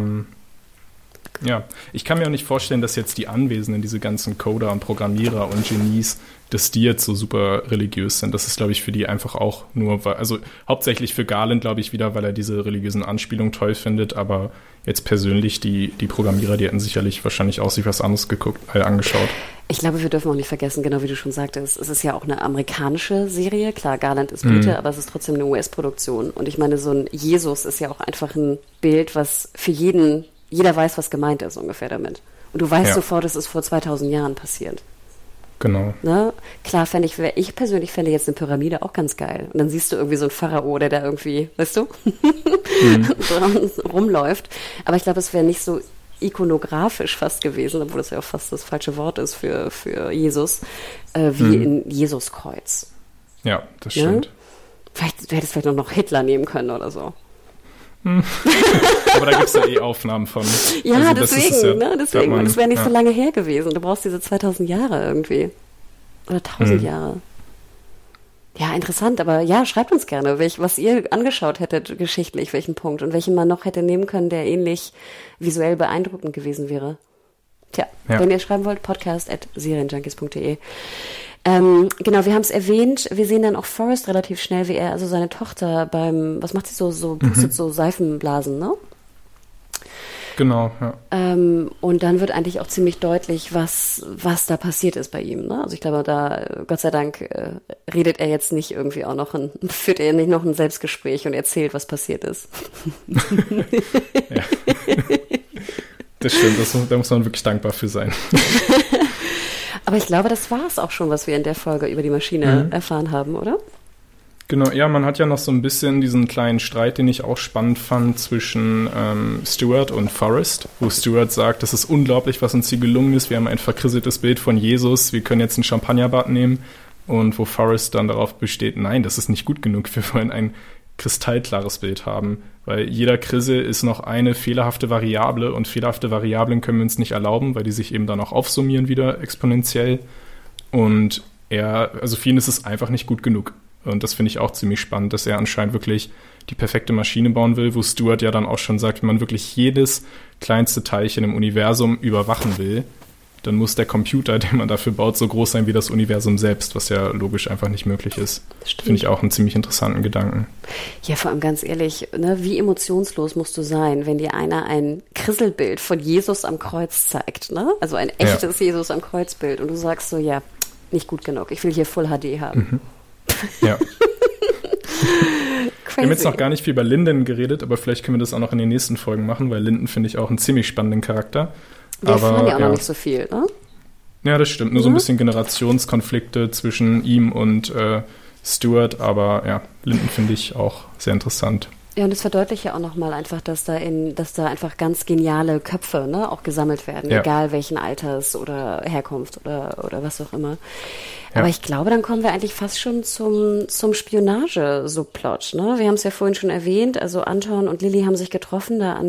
Ja, ich kann mir auch nicht vorstellen, dass jetzt die Anwesenden, diese ganzen Coder und Programmierer und Genies, dass die jetzt so super religiös sind. Das ist, glaube ich, für die einfach auch nur, also hauptsächlich für Garland, glaube ich, wieder, weil er diese religiösen Anspielungen toll findet, aber jetzt persönlich, die Programmierer, die hätten sicherlich wahrscheinlich auch sich was anderes angeschaut. Ich glaube, wir dürfen auch nicht vergessen, genau wie du schon sagtest, es ist ja auch eine amerikanische Serie. Klar, Garland ist Brite, aber es ist trotzdem eine US-Produktion. Und ich meine, so ein Jesus ist ja auch einfach ein Bild, was für jeder weiß, was gemeint ist ungefähr damit. Und du weißt sofort, es ist vor 2000 Jahren passiert. Genau. Ne? Klar, ich persönlich fände jetzt eine Pyramide auch ganz geil. Und dann siehst du irgendwie so einen Pharao, der da irgendwie, weißt du, so rumläuft. Aber ich glaube, es wäre nicht so ikonografisch fast gewesen, obwohl das ja auch fast das falsche Wort ist für Jesus, wie in Jesuskreuz. Ja, das stimmt. Du hättest vielleicht noch Hitler nehmen können oder so. Aber da gibt es ja Aufnahmen von. Ja, also deswegen. Und es wäre nicht so lange her gewesen. Du brauchst diese 2000 Jahre irgendwie. Oder 1000 Jahre. Ja, interessant, aber ja, schreibt uns gerne, was ihr angeschaut hättet geschichtlich, welchen Punkt und welchen man noch hätte nehmen können, der ähnlich visuell beeindruckend gewesen wäre. Tja, wenn ihr schreiben wollt, podcast@serienjunkies.de. Genau, wir haben es erwähnt, wir sehen dann auch Forrest relativ schnell, wie er, also seine Tochter was macht sie so pustet so Seifenblasen, ne? Genau, ja. Und dann wird eigentlich auch ziemlich deutlich, was da passiert ist bei ihm. Ne? Also ich glaube, da, Gott sei Dank, redet er jetzt nicht irgendwie auch führt er nicht noch ein Selbstgespräch und erzählt, was passiert ist. Ja. Das stimmt, da muss man wirklich dankbar für sein. Aber ich glaube, das war es auch schon, was wir in der Folge über die Maschine erfahren haben, oder? Genau, ja, man hat ja noch so ein bisschen diesen kleinen Streit, den ich auch spannend fand, zwischen Stuart und Forrest, wo Stuart sagt, das ist unglaublich, was uns hier gelungen ist, wir haben ein verkrisseltes Bild von Jesus, wir können jetzt ein Champagnerbad nehmen, und wo Forrest dann darauf besteht, nein, das ist nicht gut genug, wir wollen ein kristallklares Bild haben, weil jeder Krissel ist noch eine fehlerhafte Variable und fehlerhafte Variablen können wir uns nicht erlauben, weil die sich eben dann auch aufsummieren wieder exponentiell, und also für ihn ist es einfach nicht gut genug. Und das finde ich auch ziemlich spannend, dass er anscheinend wirklich die perfekte Maschine bauen will, wo Stuart ja dann auch schon sagt, wenn man wirklich jedes kleinste Teilchen im Universum überwachen will, dann muss der Computer, den man dafür baut, so groß sein wie das Universum selbst, was ja logisch einfach nicht möglich ist. Finde ich auch einen ziemlich interessanten Gedanken. Ja, vor allem ganz ehrlich, ne, wie emotionslos musst du sein, wenn dir einer ein Krisselbild von Jesus am Kreuz zeigt, ne? Also ein echtes Jesus am Kreuzbild, und du sagst so, ja, nicht gut genug, ich will hier Full HD haben. Ja. Wir haben jetzt noch gar nicht viel über Linden geredet, aber vielleicht können wir das auch noch in den nächsten Folgen machen, weil Linden finde ich auch einen ziemlich spannenden Charakter. Wir erfahren ja auch noch nicht so viel, ne? Ja, das stimmt. Nur so ein bisschen Generationskonflikte zwischen ihm und Stuart, aber ja, Linden finde ich auch sehr interessant. Ja, und es verdeutlicht ja auch nochmal einfach, dass da einfach ganz geniale Köpfe, ne, auch gesammelt werden, egal welchen Alters oder Herkunft oder was auch immer. Ja. Aber ich glaube, dann kommen wir eigentlich fast schon zum Spionage-Subplot, ne? Wir haben es ja vorhin schon erwähnt, also Anton und Lily haben sich getroffen da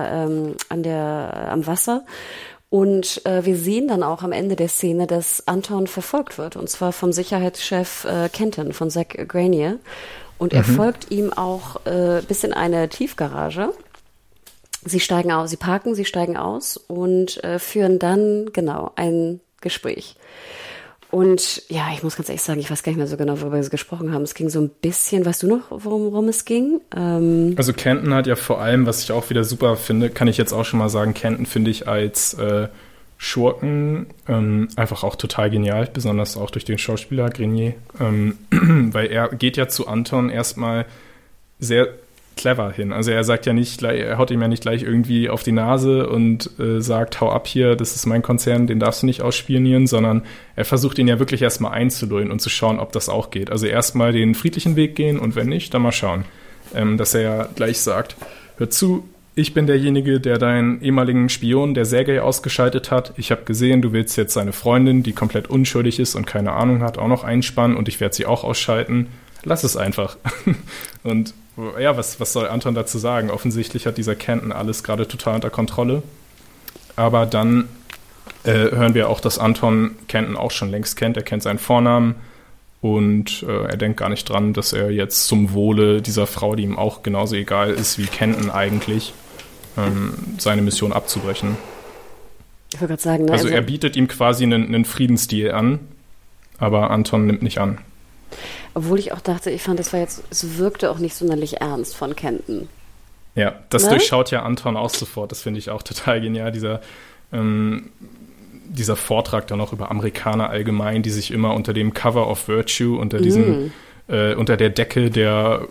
am Wasser. Und wir sehen dann auch am Ende der Szene, dass Anton verfolgt wird, und zwar vom Sicherheitschef Kenton, von Zach Granier. Und er folgt ihm auch bis in eine Tiefgarage. Sie parken, sie steigen aus und führen dann, genau, ein Gespräch. Und ja, ich muss ganz ehrlich sagen, ich weiß gar nicht mehr so genau, worüber wir gesprochen haben. Es ging so ein bisschen, weißt du noch, worum es ging? Also Kenton hat ja vor allem, was ich auch wieder super finde, kann ich jetzt auch schon mal sagen, Kenton finde ich als Schurken einfach auch total genial, besonders auch durch den Schauspieler Grenier, weil er geht ja zu Anton erstmal sehr clever hin. Also er sagt ja nicht, er haut ihm ja nicht gleich irgendwie auf die Nase und sagt, hau ab hier, das ist mein Konzern, den darfst du nicht ausspionieren, sondern er versucht ihn ja wirklich erstmal einzulullen und zu schauen, ob das auch geht. Also erstmal den friedlichen Weg gehen und wenn nicht, dann mal schauen. Dass er ja gleich sagt, hör zu, ich bin derjenige, der deinen ehemaligen Spion, der Sergei, ausgeschaltet hat. Ich habe gesehen, du willst jetzt seine Freundin, die komplett unschuldig ist und keine Ahnung hat, auch noch einspannen und ich werde sie auch ausschalten. Lass es einfach. Und ja, was soll Anton dazu sagen? Offensichtlich hat dieser Kenton alles gerade total unter Kontrolle. Aber dann hören wir auch, dass Anton Kenton auch schon längst kennt. Er kennt seinen Vornamen und er denkt gar nicht dran, dass er jetzt zum Wohle dieser Frau, die ihm auch genauso egal ist wie Kenton eigentlich, seine Mission abzubrechen. Ich wollte gerade sagen, ne, also er bietet ihm quasi einen Friedensdeal an, aber Anton nimmt nicht an. Obwohl ich auch dachte, ich fand, es wirkte auch nicht sonderlich ernst von Kenton. Ja, das durchschaut ja Anton auch sofort. Das finde ich auch total genial. dieser Vortrag dann auch über Amerikaner allgemein, die sich immer unter dem Cover of Virtue, unter diesem, unter der Decke der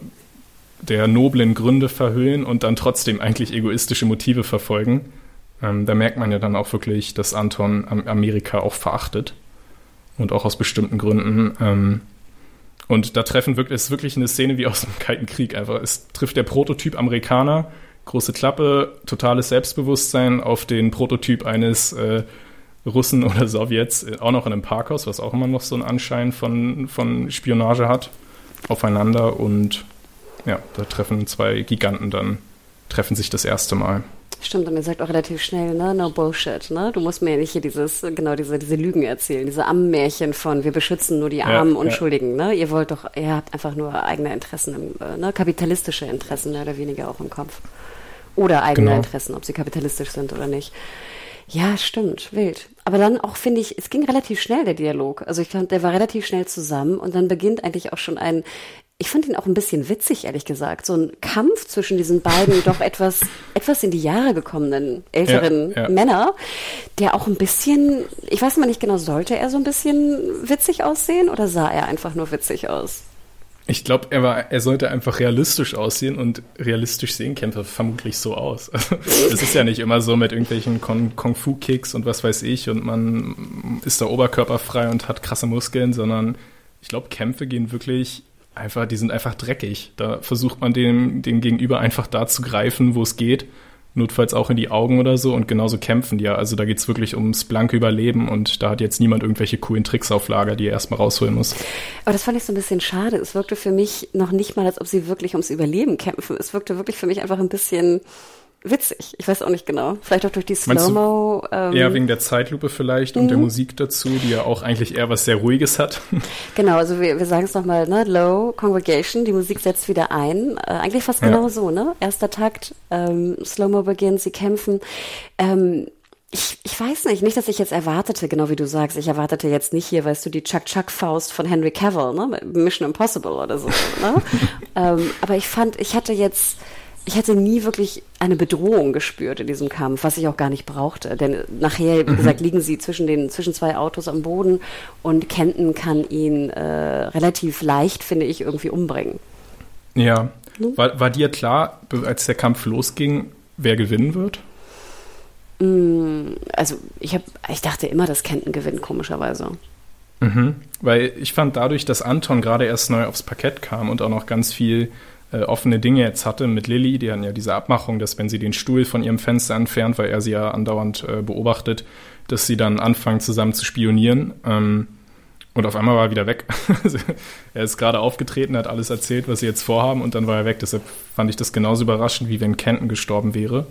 noblen Gründe verhüllen und dann trotzdem eigentlich egoistische Motive verfolgen. Da merkt man ja dann auch wirklich, dass Anton Amerika auch verachtet und auch aus bestimmten Gründen. Und da ist wirklich eine Szene wie aus dem Kalten Krieg einfach. Es trifft der Prototyp Amerikaner, große Klappe, totales Selbstbewusstsein auf den Prototyp eines Russen oder Sowjets, auch noch in einem Parkhaus, was auch immer noch so einen Anschein von Spionage hat, aufeinander. Und ja, da treffen zwei Giganten treffen sich das erste Mal. Stimmt, und er sagt auch relativ schnell, ne, no bullshit, ne? Du musst mir ja nicht hier diese Lügen erzählen, diese Ammenmärchen von, wir beschützen nur die armen Unschuldigen, ne? Ihr habt einfach nur eigene Interessen, kapitalistische Interessen mehr oder weniger auch im Kopf. Oder eigene Interessen, ob sie kapitalistisch sind oder nicht. Ja, stimmt, wild. Aber dann auch, finde ich, es ging relativ schnell, der Dialog. Also ich fand, der war relativ schnell zusammen und dann beginnt eigentlich auch schon ich fand ihn auch ein bisschen witzig, ehrlich gesagt. So ein Kampf zwischen diesen beiden doch etwas in die Jahre gekommenen älteren Männer, der auch ein bisschen, ich weiß mal nicht genau, sollte er so ein bisschen witzig aussehen oder sah er einfach nur witzig aus? Ich glaube, er sollte einfach realistisch aussehen und realistisch sehen Kämpfe vermutlich so aus. Es ist ja nicht immer so mit irgendwelchen Kung-Fu-Kicks und was weiß ich und man ist da oberkörperfrei und hat krasse Muskeln, sondern ich glaube, Kämpfe gehen wirklich die sind einfach dreckig. Da versucht man den Gegenüber einfach da zu greifen, wo es geht. Notfalls auch in die Augen oder so. Und genauso kämpfen die ja. Also da geht es wirklich ums blanke Überleben. Und da hat jetzt niemand irgendwelche coolen Tricks auf Lager, die er erstmal rausholen muss. Aber das fand ich so ein bisschen schade. Es wirkte für mich noch nicht mal, als ob sie wirklich ums Überleben kämpfen. Es wirkte wirklich für mich einfach ein bisschen witzig. Ich weiß auch nicht genau. Vielleicht auch durch die Slow-Mo. Ja, wegen der Zeitlupe vielleicht und der Musik dazu, die ja auch eigentlich eher was sehr Ruhiges hat. Genau, also wir sagen es nochmal, ne? Low, Congregation, die Musik setzt wieder ein. Eigentlich fast genau so, ne? Erster Takt, Slow-Mo beginnt, sie kämpfen. Ich weiß nicht, dass ich jetzt erwartete, genau wie du sagst, ich erwartete jetzt nicht hier, weißt du, die Chuck-Chuck-Faust von Henry Cavill, ne? Mission Impossible oder so, ne? Aber ich hatte nie wirklich eine Bedrohung gespürt in diesem Kampf, was ich auch gar nicht brauchte. Denn nachher, wie gesagt, liegen sie zwischen zwei Autos am Boden und Kenton kann ihn relativ leicht, finde ich, irgendwie umbringen. Ja. War dir klar, als der Kampf losging, wer gewinnen wird? Also ich dachte immer, dass Kenton gewinnt, komischerweise. Weil ich fand dadurch, dass Anton gerade erst neu aufs Parkett kam und auch noch ganz viel offene Dinge jetzt hatte mit Lilly, die hatten ja diese Abmachung, dass wenn sie den Stuhl von ihrem Fenster entfernt, weil er sie ja andauernd beobachtet, dass sie dann anfangen zusammen zu spionieren. Und auf einmal war er wieder weg. Er ist gerade aufgetreten, hat alles erzählt, was sie jetzt vorhaben und dann war er weg. Deshalb fand ich das genauso überraschend, wie wenn Kenton gestorben wäre.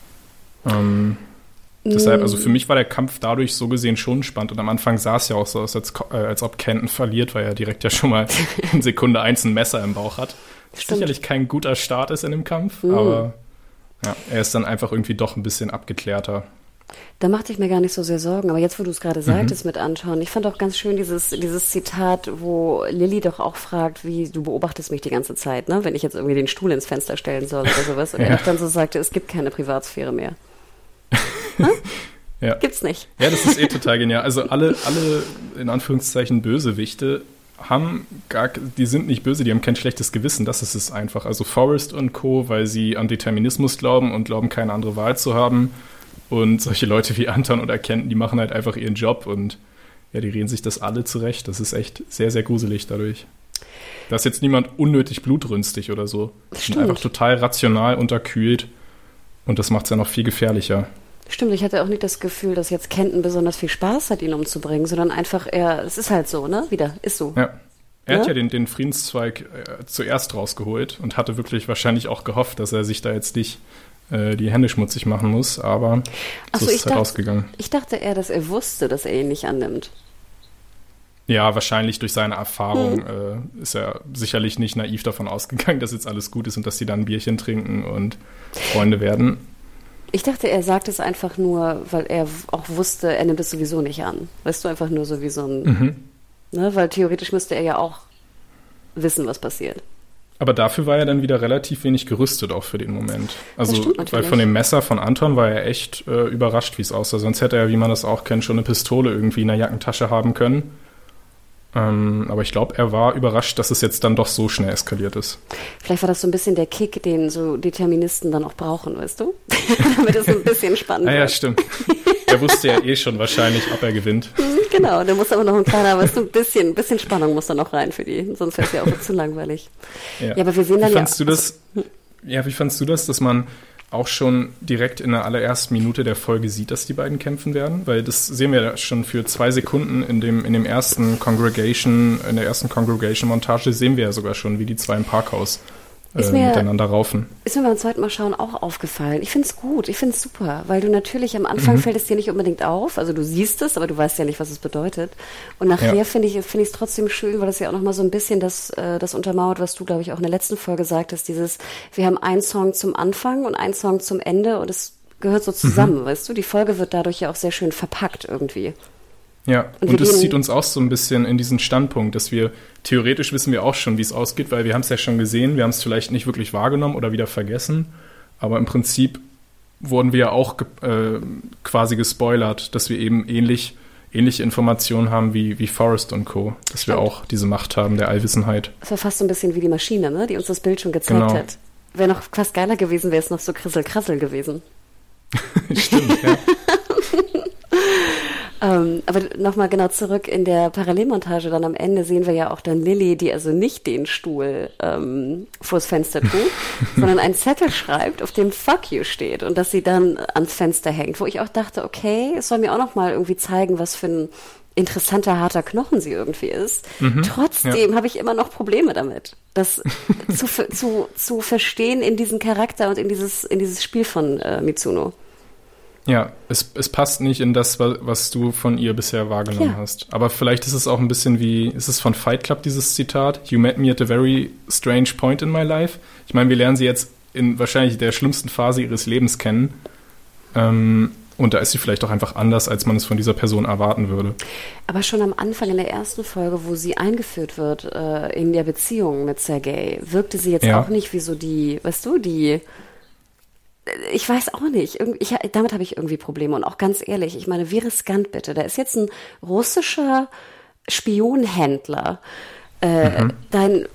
Deshalb, also für mich war der Kampf dadurch so gesehen schon spannend und am Anfang sah es ja auch so aus, als ob Kenton verliert, weil er direkt ja schon mal in Sekunde 1 ein Messer im Bauch hat. Stimmt. Sicherlich kein guter Start ist in dem Kampf, aber ja, er ist dann einfach irgendwie doch ein bisschen abgeklärter. Da machte ich mir gar nicht so sehr Sorgen, aber jetzt, wo du es gerade sagtest mit Anton, ich fand auch ganz schön dieses Zitat, wo Lilly doch auch fragt, wie, du beobachtest mich die ganze Zeit, ne, wenn ich jetzt irgendwie den Stuhl ins Fenster stellen soll oder sowas und er dann so sagte, es gibt keine Privatsphäre mehr. Ja. Gibt's nicht. Ja, das ist total genial. Also alle in Anführungszeichen Bösewichte die sind nicht böse, die haben kein schlechtes Gewissen, das ist es einfach. Also Forrest und Co., weil sie an Determinismus glauben und glauben, keine andere Wahl zu haben. Und solche Leute wie Anton oder Kenton, die machen halt einfach ihren Job und ja, die reden sich das alle zurecht. Das ist echt sehr, sehr gruselig dadurch. Da ist jetzt niemand unnötig blutrünstig oder so. Die sind einfach total rational unterkühlt und das macht es ja noch viel gefährlicher. Stimmt, ich hatte auch nicht das Gefühl, dass jetzt Kenton besonders viel Spaß hat, ihn umzubringen, sondern einfach es ist halt so, ne? Ist so. Ja. Er hat ja den Friedenszweig zuerst rausgeholt und hatte wirklich wahrscheinlich auch gehofft, dass er sich da jetzt nicht die Hände schmutzig machen muss, aber so ist es halt ausgegangen. Ich dachte eher, dass er wusste, dass er ihn nicht annimmt. Ja, wahrscheinlich durch seine Erfahrung ist er sicherlich nicht naiv davon ausgegangen, dass jetzt alles gut ist und dass sie dann ein Bierchen trinken und Freunde werden. Ich dachte, er sagt es einfach nur, weil er auch wusste, er nimmt es sowieso nicht an. Weißt du, einfach nur so wie so ein... Ne, weil theoretisch müsste er ja auch wissen, was passiert. Aber dafür war er dann wieder relativ wenig gerüstet auch für den Moment. Also, Das weil von dem Messer von Anton war er echt überrascht, wie es aussah. Sonst hätte er, wie man das auch kennt, schon eine Pistole irgendwie in der Jackentasche haben können. Aber ich glaube, er war überrascht, dass es jetzt dann doch so schnell eskaliert ist. Vielleicht war das so ein bisschen der Kick, den so Deterministen dann auch brauchen, weißt du? Damit es ein bisschen spannend wird. Ja, stimmt. Er wusste ja eh schon wahrscheinlich, ob er gewinnt. Genau, da muss aber noch ein kleiner, weißt du, ein bisschen Spannung muss da noch rein für die, sonst wäre es ja auch zu langweilig. Ja, aber wir sehen dann wie fandst du das, dass man auch schon direkt in der allerersten Minute der Folge sieht, dass die beiden kämpfen werden? Weil das sehen wir ja schon für 2 Sekunden in der ersten Congregation-Montage sehen wir ja sogar schon, wie die 2 im Parkhaus miteinander raufen. Ist mir beim zweiten Mal schauen auch aufgefallen. Ich finde es gut, ich finde es super, weil du natürlich am Anfang fällt es dir nicht unbedingt auf, also du siehst es, aber du weißt ja nicht, was es bedeutet. Und nachher finde ich es trotzdem schön, weil das ja auch nochmal so ein bisschen das untermauert, was du, glaube ich, auch in der letzten Folge sagtest, wir haben einen Song zum Anfang und einen Song zum Ende und es gehört so zusammen, weißt du? Die Folge wird dadurch ja auch sehr schön verpackt irgendwie. Ja, und das zieht uns auch so ein bisschen in diesen Standpunkt, dass wir, theoretisch wissen wir auch schon, wie es ausgeht, weil wir haben es ja schon gesehen, wir haben es vielleicht nicht wirklich wahrgenommen oder wieder vergessen, aber im Prinzip wurden wir ja auch quasi gespoilert, dass wir eben ähnliche Informationen haben wie Forrest und Co., dass wir auch diese Macht haben der Allwissenheit. Das war fast so ein bisschen wie die Maschine, ne, die uns das Bild schon gezeigt hat. Wäre noch fast geiler gewesen, wäre es noch so krissel-krassel gewesen. Stimmt, ja. Aber nochmal genau zurück in der Parallelmontage, dann am Ende sehen wir ja auch dann Lily, die also nicht den Stuhl vors Fenster tut, sondern einen Zettel schreibt, auf dem Fuck you steht und dass sie dann ans Fenster hängt, wo ich auch dachte, okay, es soll mir auch nochmal irgendwie zeigen, was für ein interessanter, harter Knochen sie irgendwie ist. Trotzdem habe ich immer noch Probleme damit, das zu verstehen in diesen Charakter und in dieses Spiel von Mizuno. Ja, es passt nicht in das, was du von ihr bisher wahrgenommen hast. Aber vielleicht ist es auch ein bisschen ist es von Fight Club, dieses Zitat? You met me at a very strange point in my life. Ich meine, wir lernen sie jetzt in wahrscheinlich der schlimmsten Phase ihres Lebens kennen. Und da ist sie vielleicht auch einfach anders, als man es von dieser Person erwarten würde. Aber schon am Anfang in der ersten Folge, wo sie eingeführt wird in der Beziehung mit Sergei, wirkte sie jetzt auch nicht wie so die, weißt du, ich weiß auch nicht. Damit habe ich irgendwie Probleme. Und auch ganz ehrlich, ich meine, wie riskant bitte. Da ist jetzt ein russischer Spionhändler. Dein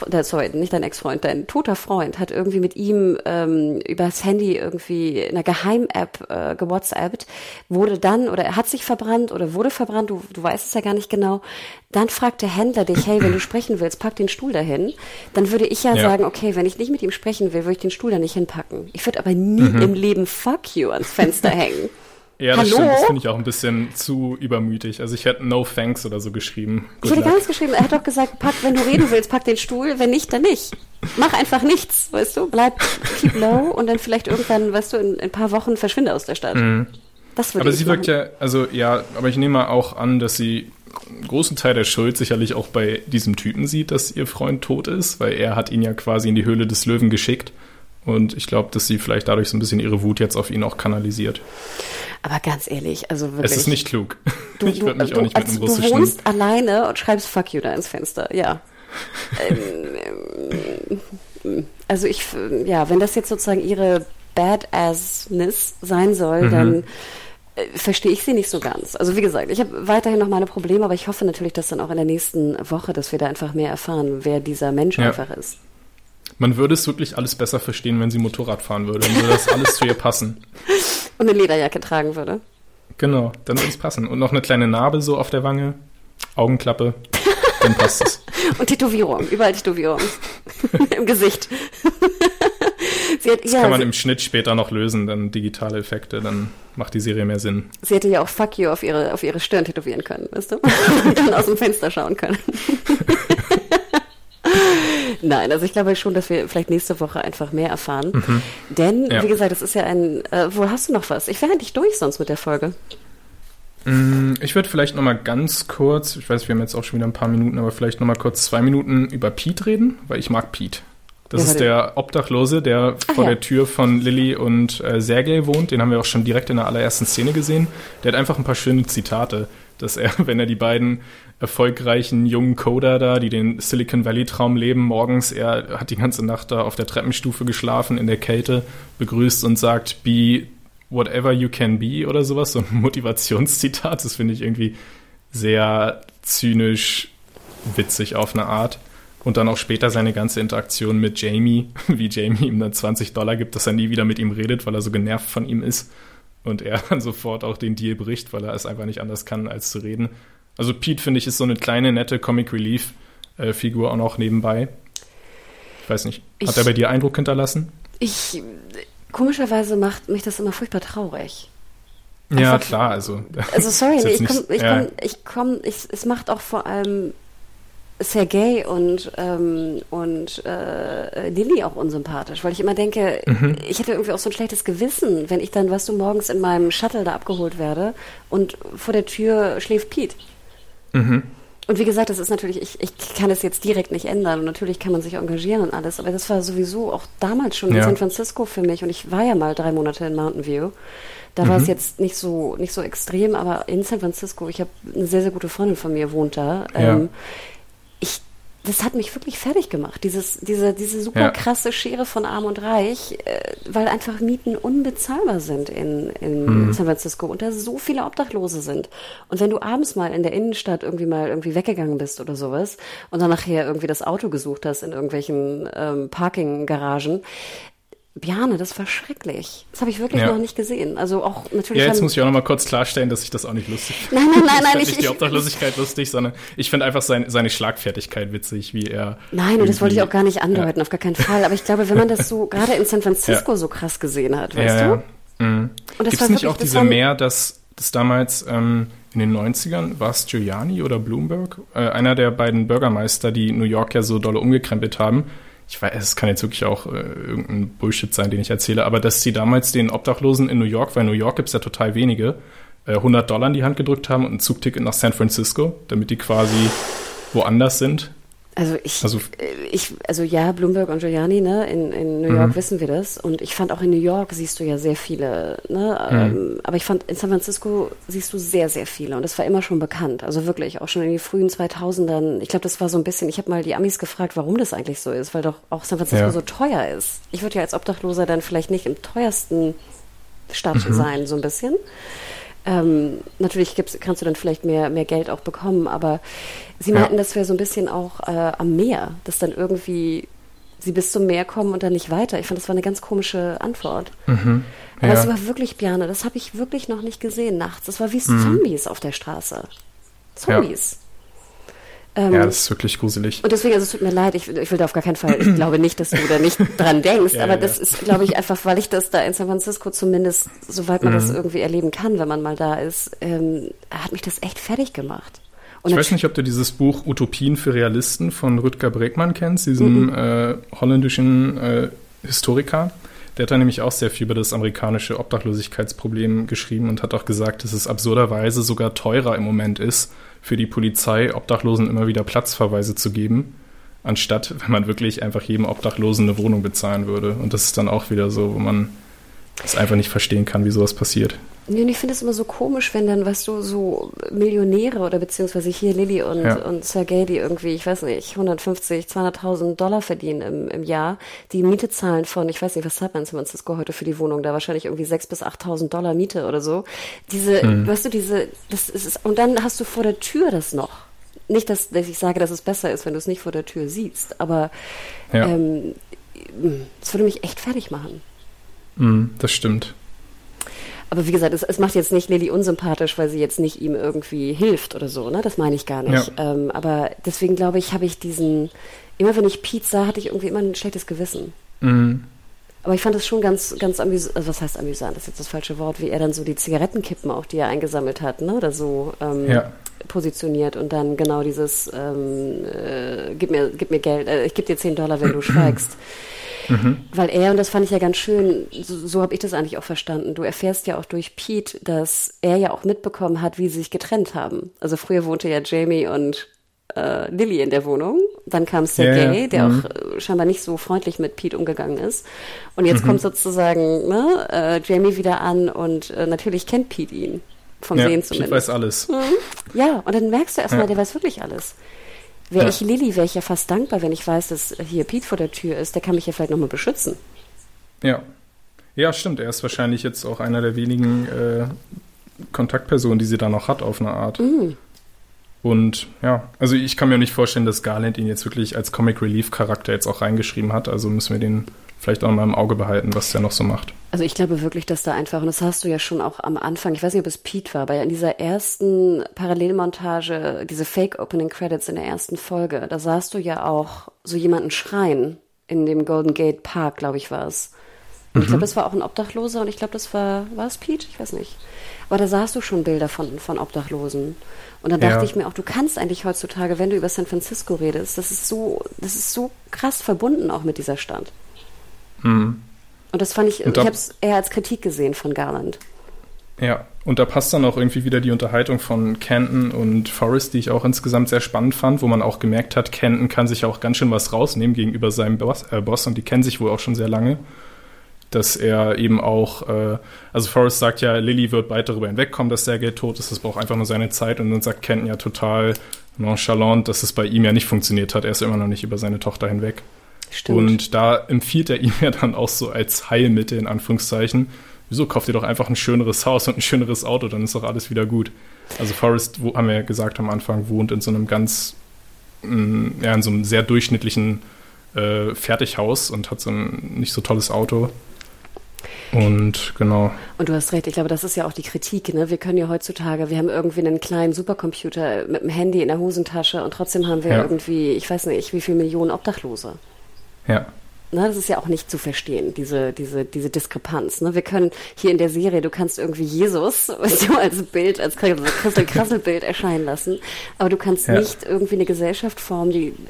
toter Freund hat irgendwie mit ihm übers Handy irgendwie in einer Geheim-App gewhatsappt, er hat sich verbrannt oder wurde verbrannt, du weißt es ja gar nicht genau. Dann fragt der Händler dich, hey, wenn du sprechen willst, pack den Stuhl dahin. Dann würde ich sagen, okay, wenn ich nicht mit ihm sprechen will, würde ich den Stuhl da nicht hinpacken. Ich würde aber nie im Leben Fuck you ans Fenster hängen. Ja, das stimmt. Das finde ich auch ein bisschen zu übermütig. Also ich hätte No Thanks oder so geschrieben. Ich hätte gar nichts geschrieben. Er hat doch gesagt, wenn du reden willst, pack den Stuhl. Wenn nicht, dann nicht. Mach einfach nichts, weißt du? Keep low und dann vielleicht irgendwann, weißt du, in ein paar Wochen verschwinde aus der Stadt. Das würde ich machen. Wirkt aber ich nehme auch an, dass sie einen großen Teil der Schuld sicherlich auch bei diesem Typen sieht, dass ihr Freund tot ist, weil er hat ihn ja quasi in die Höhle des Löwen geschickt. Und ich glaube, dass sie vielleicht dadurch so ein bisschen ihre Wut jetzt auf ihn auch kanalisiert. Aber ganz ehrlich, also wirklich. Es ist nicht klug. Ich würde mich auch nicht mit einem russischen... Du wohnst alleine und schreibst Fuck you da ins Fenster, ja. Also wenn das jetzt sozusagen ihre Badassness sein soll, dann verstehe ich sie nicht so ganz. Also wie gesagt, ich habe weiterhin noch meine Probleme, aber ich hoffe natürlich, dass dann auch in der nächsten Woche, dass wir da einfach mehr erfahren, wer dieser Mensch einfach ist. Man würde es wirklich alles besser verstehen, wenn sie Motorrad fahren würde. Dann würde das alles zu ihr passen. Und eine Lederjacke tragen würde. Genau, dann würde es passen. Und noch eine kleine Narbe so auf der Wange, Augenklappe, dann passt es. Und Tätowierung, überall Tätowierung. Im Gesicht. Das kann man im Schnitt später noch lösen, dann digitale Effekte, dann macht die Serie mehr Sinn. Sie hätte ja auch Fuck you auf ihre Stirn tätowieren können, weißt du? Und dann aus dem Fenster schauen können. Nein, also ich glaube schon, dass wir vielleicht nächste Woche einfach mehr erfahren. Denn, wie gesagt, das ist ja wo hast du noch was? Ich wäre eigentlich durch sonst mit der Folge. Ich würde vielleicht noch mal ganz kurz, ich weiß, wir haben jetzt auch schon wieder ein paar Minuten, aber vielleicht noch mal kurz 2 Minuten über Pete reden, weil ich mag Pete. Das ist der Obdachlose, der vor der Tür von Lily und Sergei wohnt. Den haben wir auch schon direkt in der allerersten Szene gesehen. Der hat einfach ein paar schöne Zitate. dass er, wenn er die beiden erfolgreichen jungen Coder da, die den Silicon Valley Traum leben, morgens, er hat die ganze Nacht da auf der Treppenstufe geschlafen in der Kälte, begrüßt und sagt, be whatever you can be oder sowas, so ein Motivationszitat, das finde ich irgendwie sehr zynisch, witzig auf eine Art. Und dann auch später seine ganze Interaktion mit Jamie, wie Jamie ihm dann $20 gibt, dass er nie wieder mit ihm redet, weil er so genervt von ihm ist. Und er dann sofort auch den Deal bricht, weil er es einfach nicht anders kann, als zu reden. Also Pete, finde ich, ist so eine kleine, nette Comic-Relief-Figur auch noch nebenbei. Ich weiß nicht, hat er bei dir Eindruck hinterlassen? Komischerweise macht mich das immer furchtbar traurig. Ja, klar, also sorry, es macht auch vor allem Sergei und Lilly auch unsympathisch, weil ich immer denke, ich hätte irgendwie auch so ein schlechtes Gewissen, wenn ich dann, weißt du, morgens in meinem Shuttle da abgeholt werde und vor der Tür schläft Pete. Und wie gesagt, das ist natürlich, ich kann es jetzt direkt nicht ändern und natürlich kann man sich engagieren und alles, aber das war sowieso auch damals schon in San Francisco für mich und ich war ja mal 3 Monate in Mountain View. Da war es jetzt nicht so extrem, aber in San Francisco, ich habe eine sehr, sehr gute Freundin von mir, wohnt da. Das hat mich wirklich fertig gemacht, diese super krasse Schere von Arm und Reich, weil einfach Mieten unbezahlbar sind in San Francisco und da so viele Obdachlose sind. Und wenn du abends mal in der Innenstadt irgendwie weggegangen bist oder sowas und dann nachher irgendwie das Auto gesucht hast in irgendwelchen Parking-Garagen, Bjarne, das war schrecklich. Das habe ich wirklich noch nicht gesehen. Also auch natürlich. Ja, jetzt muss ich auch noch mal kurz klarstellen, dass ich das auch nicht lustig finde. Nein. Ich finde nicht die Obdachlosigkeit lustig, sondern ich finde einfach seine Schlagfertigkeit witzig, wie er. Nein, und das wollte ich auch gar nicht andeuten, auf gar keinen Fall. Aber ich glaube, wenn man das so gerade in San Francisco so krass gesehen hat, weißt du? Und gibt es nicht auch diese mehr, dass damals in den 90ern, war es Giuliani oder Bloomberg? Einer der beiden Bürgermeister, die New York ja so dolle umgekrempelt haben. Ich weiß, es kann jetzt wirklich auch irgendein Bullshit sein, den ich erzähle, aber dass sie damals den Obdachlosen in New York, weil in New York gibt es ja total wenige, $100 in die Hand gedrückt haben und ein Zugticket nach San Francisco, damit die quasi woanders sind. Also ja, Bloomberg und Giuliani, ne, in New York wissen wir das. Und ich fand auch in New York siehst du ja sehr viele, ne, aber ich fand in San Francisco siehst du sehr, sehr viele. Und das war immer schon bekannt. Also wirklich, auch schon in den frühen 2000ern. Ich glaube, das war so ein bisschen, ich habe mal die Amis gefragt, warum das eigentlich so ist, weil doch auch San Francisco so teuer ist. Ich würde ja als Obdachloser dann vielleicht nicht im teuersten Stadt sein, so ein bisschen. Natürlich kannst du dann vielleicht mehr Geld auch bekommen, aber sie meinten, das wäre so ein bisschen auch am Meer, dass dann irgendwie sie bis zum Meer kommen und dann nicht weiter. Ich fand, das war eine ganz komische Antwort. Aber es war wirklich, Bjarne, das habe ich wirklich noch nicht gesehen nachts. Es war wie Zombies auf der Straße. Zombies. Ja, das ist wirklich gruselig. Und deswegen, also es tut mir leid, ich will da auf gar keinen Fall, ich glaube nicht, dass du da nicht dran denkst, aber das ist, glaube ich, einfach, weil ich das da in San Francisco zumindest, soweit man das irgendwie erleben kann, wenn man mal da ist, hat mich das echt fertig gemacht. Und ich weiß nicht, ob du dieses Buch Utopien für Realisten von Rutger Bregmann kennst, diesen holländischen Historiker. Der hat da nämlich auch sehr viel über das amerikanische Obdachlosigkeitsproblem geschrieben und hat auch gesagt, dass es absurderweise sogar teurer im Moment ist, für die Polizei Obdachlosen immer wieder Platzverweise zu geben, anstatt, wenn man wirklich einfach jedem Obdachlosen eine Wohnung bezahlen würde. Und das ist dann auch wieder so, wo man es einfach nicht verstehen kann, wie sowas passiert. Nee, und ich finde es immer so komisch, wenn dann, weißt du, so Millionäre oder beziehungsweise hier Lilly und Sergei, die irgendwie, ich weiß nicht, 150.000, $200.000 verdienen im Jahr, die Miete zahlen von, ich weiß nicht, was zahlt man in San Francisco heute für die Wohnung, da wahrscheinlich irgendwie $6.000 bis $8.000 Miete oder so. Weißt du, das ist, und dann hast du vor der Tür das noch. Nicht, dass ich sage, dass es besser ist, wenn du es nicht vor der Tür siehst, aber das würde mich echt fertig machen. Das stimmt. Aber wie gesagt, es macht jetzt nicht Lilly unsympathisch, weil sie jetzt nicht ihm irgendwie hilft oder so, ne? Das meine ich gar nicht. Ja. Aber deswegen glaube ich, habe ich immer wenn ich Pete sah, hatte ich irgendwie immer ein schlechtes Gewissen. Aber ich fand das schon ganz, ganz amüsant, also was heißt amüsant, das ist jetzt das falsche Wort, wie er dann so die Zigarettenkippen auch, die er eingesammelt hat, ne? Oder so positioniert und dann genau dieses gib mir Geld, ich gebe dir $10, wenn du schweigst. Weil und das fand ich ja ganz schön, so habe ich das eigentlich auch verstanden, du erfährst ja auch durch Pete, dass er ja auch mitbekommen hat, wie sie sich getrennt haben. Also früher wohnte ja Jamie und Lilly in der Wohnung, dann kam Sergei, der auch scheinbar nicht so freundlich mit Pete umgegangen ist. Und jetzt kommt sozusagen Jamie wieder an und natürlich kennt Pete ihn. Vom Sehen Pete zumindest. weiß alles. Ja, und dann merkst du erstmal, der weiß wirklich alles. Wäre ich Lilly, wäre ich ja fast dankbar, wenn ich weiß, dass hier Pete vor der Tür ist. Der kann mich ja vielleicht nochmal beschützen. Ja. Ja, stimmt. Er ist wahrscheinlich jetzt auch einer der wenigen Kontaktpersonen, die sie da noch hat auf eine Art. Und ja, also ich kann mir nicht vorstellen, dass Garland ihn jetzt wirklich als Comic-Relief-Charakter jetzt auch reingeschrieben hat. Also müssen wir den vielleicht auch mal im Auge behalten, was der noch so macht. Also ich glaube wirklich, dass da einfach, und das hast du ja schon auch am Anfang, ich weiß nicht, ob es Pete war, aber in dieser ersten Parallelmontage, diese Fake-Opening-Credits in der ersten Folge, da sahst du ja auch so jemanden schreien in dem Golden Gate Park, glaube ich, war es. Und ich glaube, das war auch ein Obdachloser und ich glaube, war es Pete? Ich weiß nicht. Aber da sahst du schon Bilder von Obdachlosen. Und dann dachte ich mir auch, du kannst eigentlich heutzutage, wenn du über San Francisco redest, das ist so krass verbunden auch mit dieser Stadt. Und das fand ich habe es eher als Kritik gesehen von Garland. Ja, und da passt dann auch irgendwie wieder die Unterhaltung von Kenton und Forrest, die ich auch insgesamt sehr spannend fand, wo man auch gemerkt hat, Kenton kann sich auch ganz schön was rausnehmen gegenüber seinem Boss und die kennen sich wohl auch schon sehr lange. Dass er eben auch, also Forrest sagt ja, Lilly wird bald darüber hinwegkommen, dass Sergei tot ist, das braucht einfach nur seine Zeit und dann sagt Kenton ja total nonchalant, dass es bei ihm ja nicht funktioniert hat, er ist immer noch nicht über seine Tochter hinweg. Stimmt. Und da empfiehlt er ihm ja dann auch so als Heilmittel in Anführungszeichen, wieso kauft ihr doch einfach ein schöneres Haus und ein schöneres Auto, dann ist doch alles wieder gut. Also Forrest, haben wir ja gesagt am Anfang, wohnt in so einem in so einem sehr durchschnittlichen Fertighaus und hat so ein nicht so tolles Auto. Und genau. Und du hast recht, ich glaube, das ist ja auch die Kritik, ne? Wir können ja heutzutage, wir haben irgendwie einen kleinen Supercomputer mit dem Handy in der Hosentasche und trotzdem haben wir irgendwie, ich weiß nicht, wie viele Millionen Obdachlose. Ja. Na, das ist ja auch nicht zu verstehen, diese Diskrepanz. Ne? Wir können hier in der Serie, du kannst irgendwie Jesus so als Bild, als Krasselbild erscheinen lassen, aber du kannst nicht irgendwie eine Gesellschaft formen,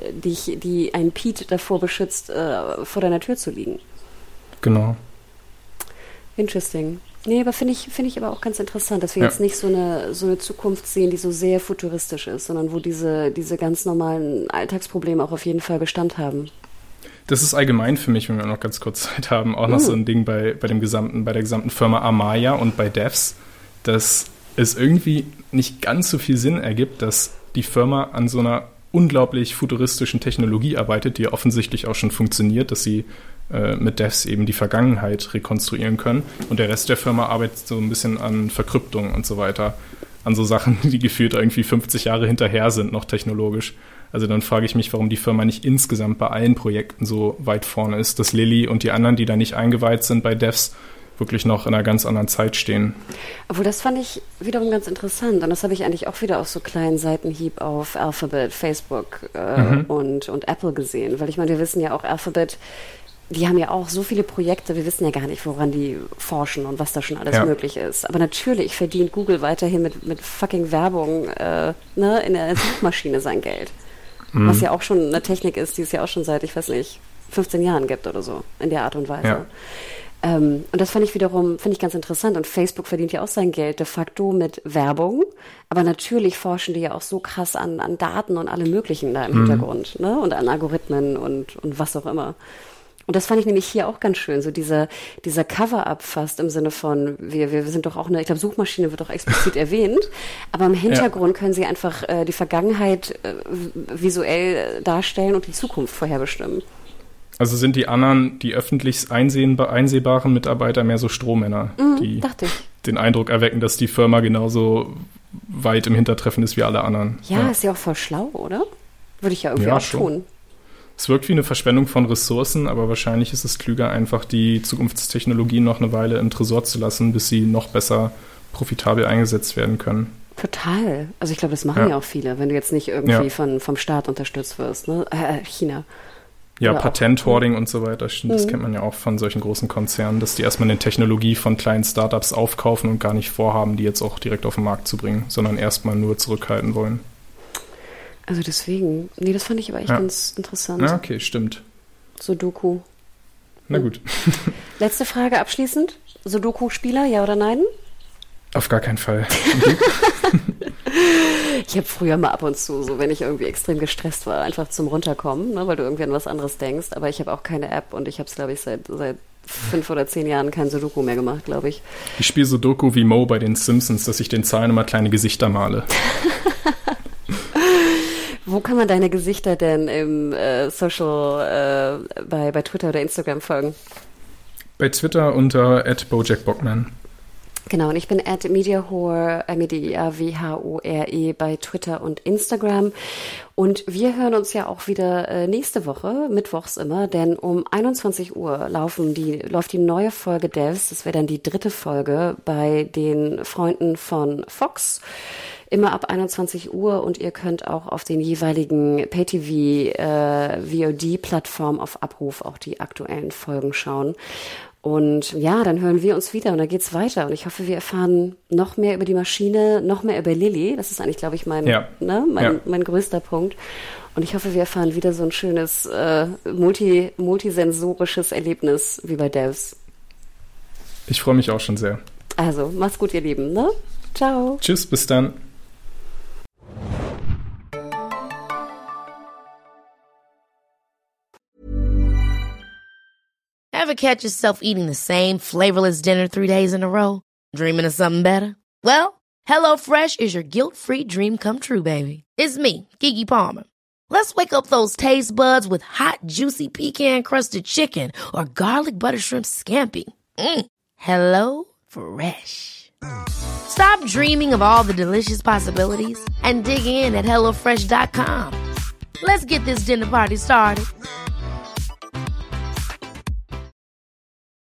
die einen Pete davor beschützt, vor deiner Tür zu liegen. Genau. Interesting. Nee, aber finde ich aber auch ganz interessant, dass wir jetzt nicht so eine Zukunft sehen, die so sehr futuristisch ist, sondern wo diese ganz normalen Alltagsprobleme auch auf jeden Fall Bestand haben. Das ist allgemein für mich, wenn wir noch ganz kurz Zeit haben, auch noch so ein Ding bei der gesamten Firma Amaya und bei Devs, dass es irgendwie nicht ganz so viel Sinn ergibt, dass die Firma an so einer unglaublich futuristischen Technologie arbeitet, die ja offensichtlich auch schon funktioniert, dass sie mit Devs eben die Vergangenheit rekonstruieren können. Und der Rest der Firma arbeitet so ein bisschen an Verkryptung und so weiter. An so Sachen, die gefühlt irgendwie 50 Jahre hinterher sind, noch technologisch. Also dann frage ich mich, warum die Firma nicht insgesamt bei allen Projekten so weit vorne ist, dass Lilly und die anderen, die da nicht eingeweiht sind bei Devs, wirklich noch in einer ganz anderen Zeit stehen. Obwohl, das fand ich wiederum ganz interessant. Und das habe ich eigentlich auch wieder auf so kleinen Seitenhieb auf Alphabet, Facebook und Apple gesehen. Weil ich meine, wir wissen ja auch, Alphabet, die haben ja auch so viele Projekte, wir wissen ja gar nicht, woran die forschen und was da schon alles möglich ist. Aber natürlich verdient Google weiterhin mit fucking Werbung in der Suchmaschine sein Geld. Was ja auch schon eine Technik ist, die es ja auch schon seit, ich weiß nicht, 15 Jahren gibt oder so, in der Art und Weise. Ja. Und das finde ich ganz interessant. Und Facebook verdient ja auch sein Geld de facto mit Werbung. Aber natürlich forschen die ja auch so krass an Daten und allem Möglichen da im Hintergrund, ne? Und an Algorithmen und was auch immer. Und das fand ich nämlich hier auch ganz schön, so dieser Cover-up fast im Sinne von, wir sind doch auch ich glaube, Suchmaschine wird doch explizit erwähnt, aber im Hintergrund können sie einfach die Vergangenheit visuell darstellen und die Zukunft vorherbestimmen. Also sind die anderen, die öffentlich einsehbaren Mitarbeiter mehr so Strohmänner, die den Eindruck erwecken, dass die Firma genauso weit im Hintertreffen ist wie alle anderen. Ja, ist ja auch voll schlau, oder? Würde ich ja irgendwie auch tun. Es wirkt wie eine Verschwendung von Ressourcen, aber wahrscheinlich ist es klüger, einfach die Zukunftstechnologien noch eine Weile im Tresor zu lassen, bis sie noch besser profitabel eingesetzt werden können. Total. Also ich glaube, das machen ja auch viele, wenn du jetzt nicht irgendwie vom Staat unterstützt wirst, ne? China. Ja, Patent-Hoarding und so weiter, das kennt man ja auch von solchen großen Konzernen, dass die erstmal eine Technologie von kleinen Startups aufkaufen und gar nicht vorhaben, die jetzt auch direkt auf den Markt zu bringen, sondern erstmal nur zurückhalten wollen. Also deswegen, das fand ich aber echt ganz interessant. Ja, okay, stimmt. Sudoku. Na gut. Letzte Frage abschließend. Sudoku-Spieler, ja oder nein? Auf gar keinen Fall. Ich habe früher mal ab und zu, so wenn ich irgendwie extrem gestresst war, einfach zum Runterkommen, ne, weil du irgendwie an was anderes denkst. Aber ich habe auch keine App und ich habe es, glaube ich, seit 5 oder 10 Jahren kein Sudoku mehr gemacht, glaube ich. Ich spiele Sudoku wie Moe bei den Simpsons, dass ich den Zahlen immer kleine Gesichter male. Wo kann man deine Gesichter denn im Social, bei Twitter oder Instagram folgen? Bei Twitter unter @BojackBockman. Genau, und ich bin @mediahore, MEDIAWHORE bei Twitter und Instagram. Und wir hören uns ja auch wieder nächste Woche, mittwochs immer, denn um 21 Uhr läuft die neue Folge Devs. Das wäre dann die 3. Folge bei den Freunden von Fox. Immer ab 21 Uhr und ihr könnt auch auf den jeweiligen Pay-TV VOD-Plattformen auf Abruf auch die aktuellen Folgen schauen. Und ja, dann hören wir uns wieder und dann geht's weiter. Und ich hoffe, wir erfahren noch mehr über die Maschine, noch mehr über Lilly. Das ist eigentlich, glaube ich, mein größter Punkt. Und ich hoffe, wir erfahren wieder so ein schönes multisensorisches Erlebnis wie bei Devs. Ich freue mich auch schon sehr. Also, mach's gut, ihr Lieben, ne? Ciao. Tschüss, bis dann. Ever catch yourself eating the same flavorless dinner 3 days in a row? Dreaming of something better? Well, HelloFresh is your guilt-free dream come true, baby. It's me, Keke Palmer. Let's wake up those taste buds with hot, juicy pecan-crusted chicken or garlic butter shrimp scampi. HelloFresh. Stop dreaming of all the delicious possibilities and dig in at HelloFresh.com. Let's get this dinner party started.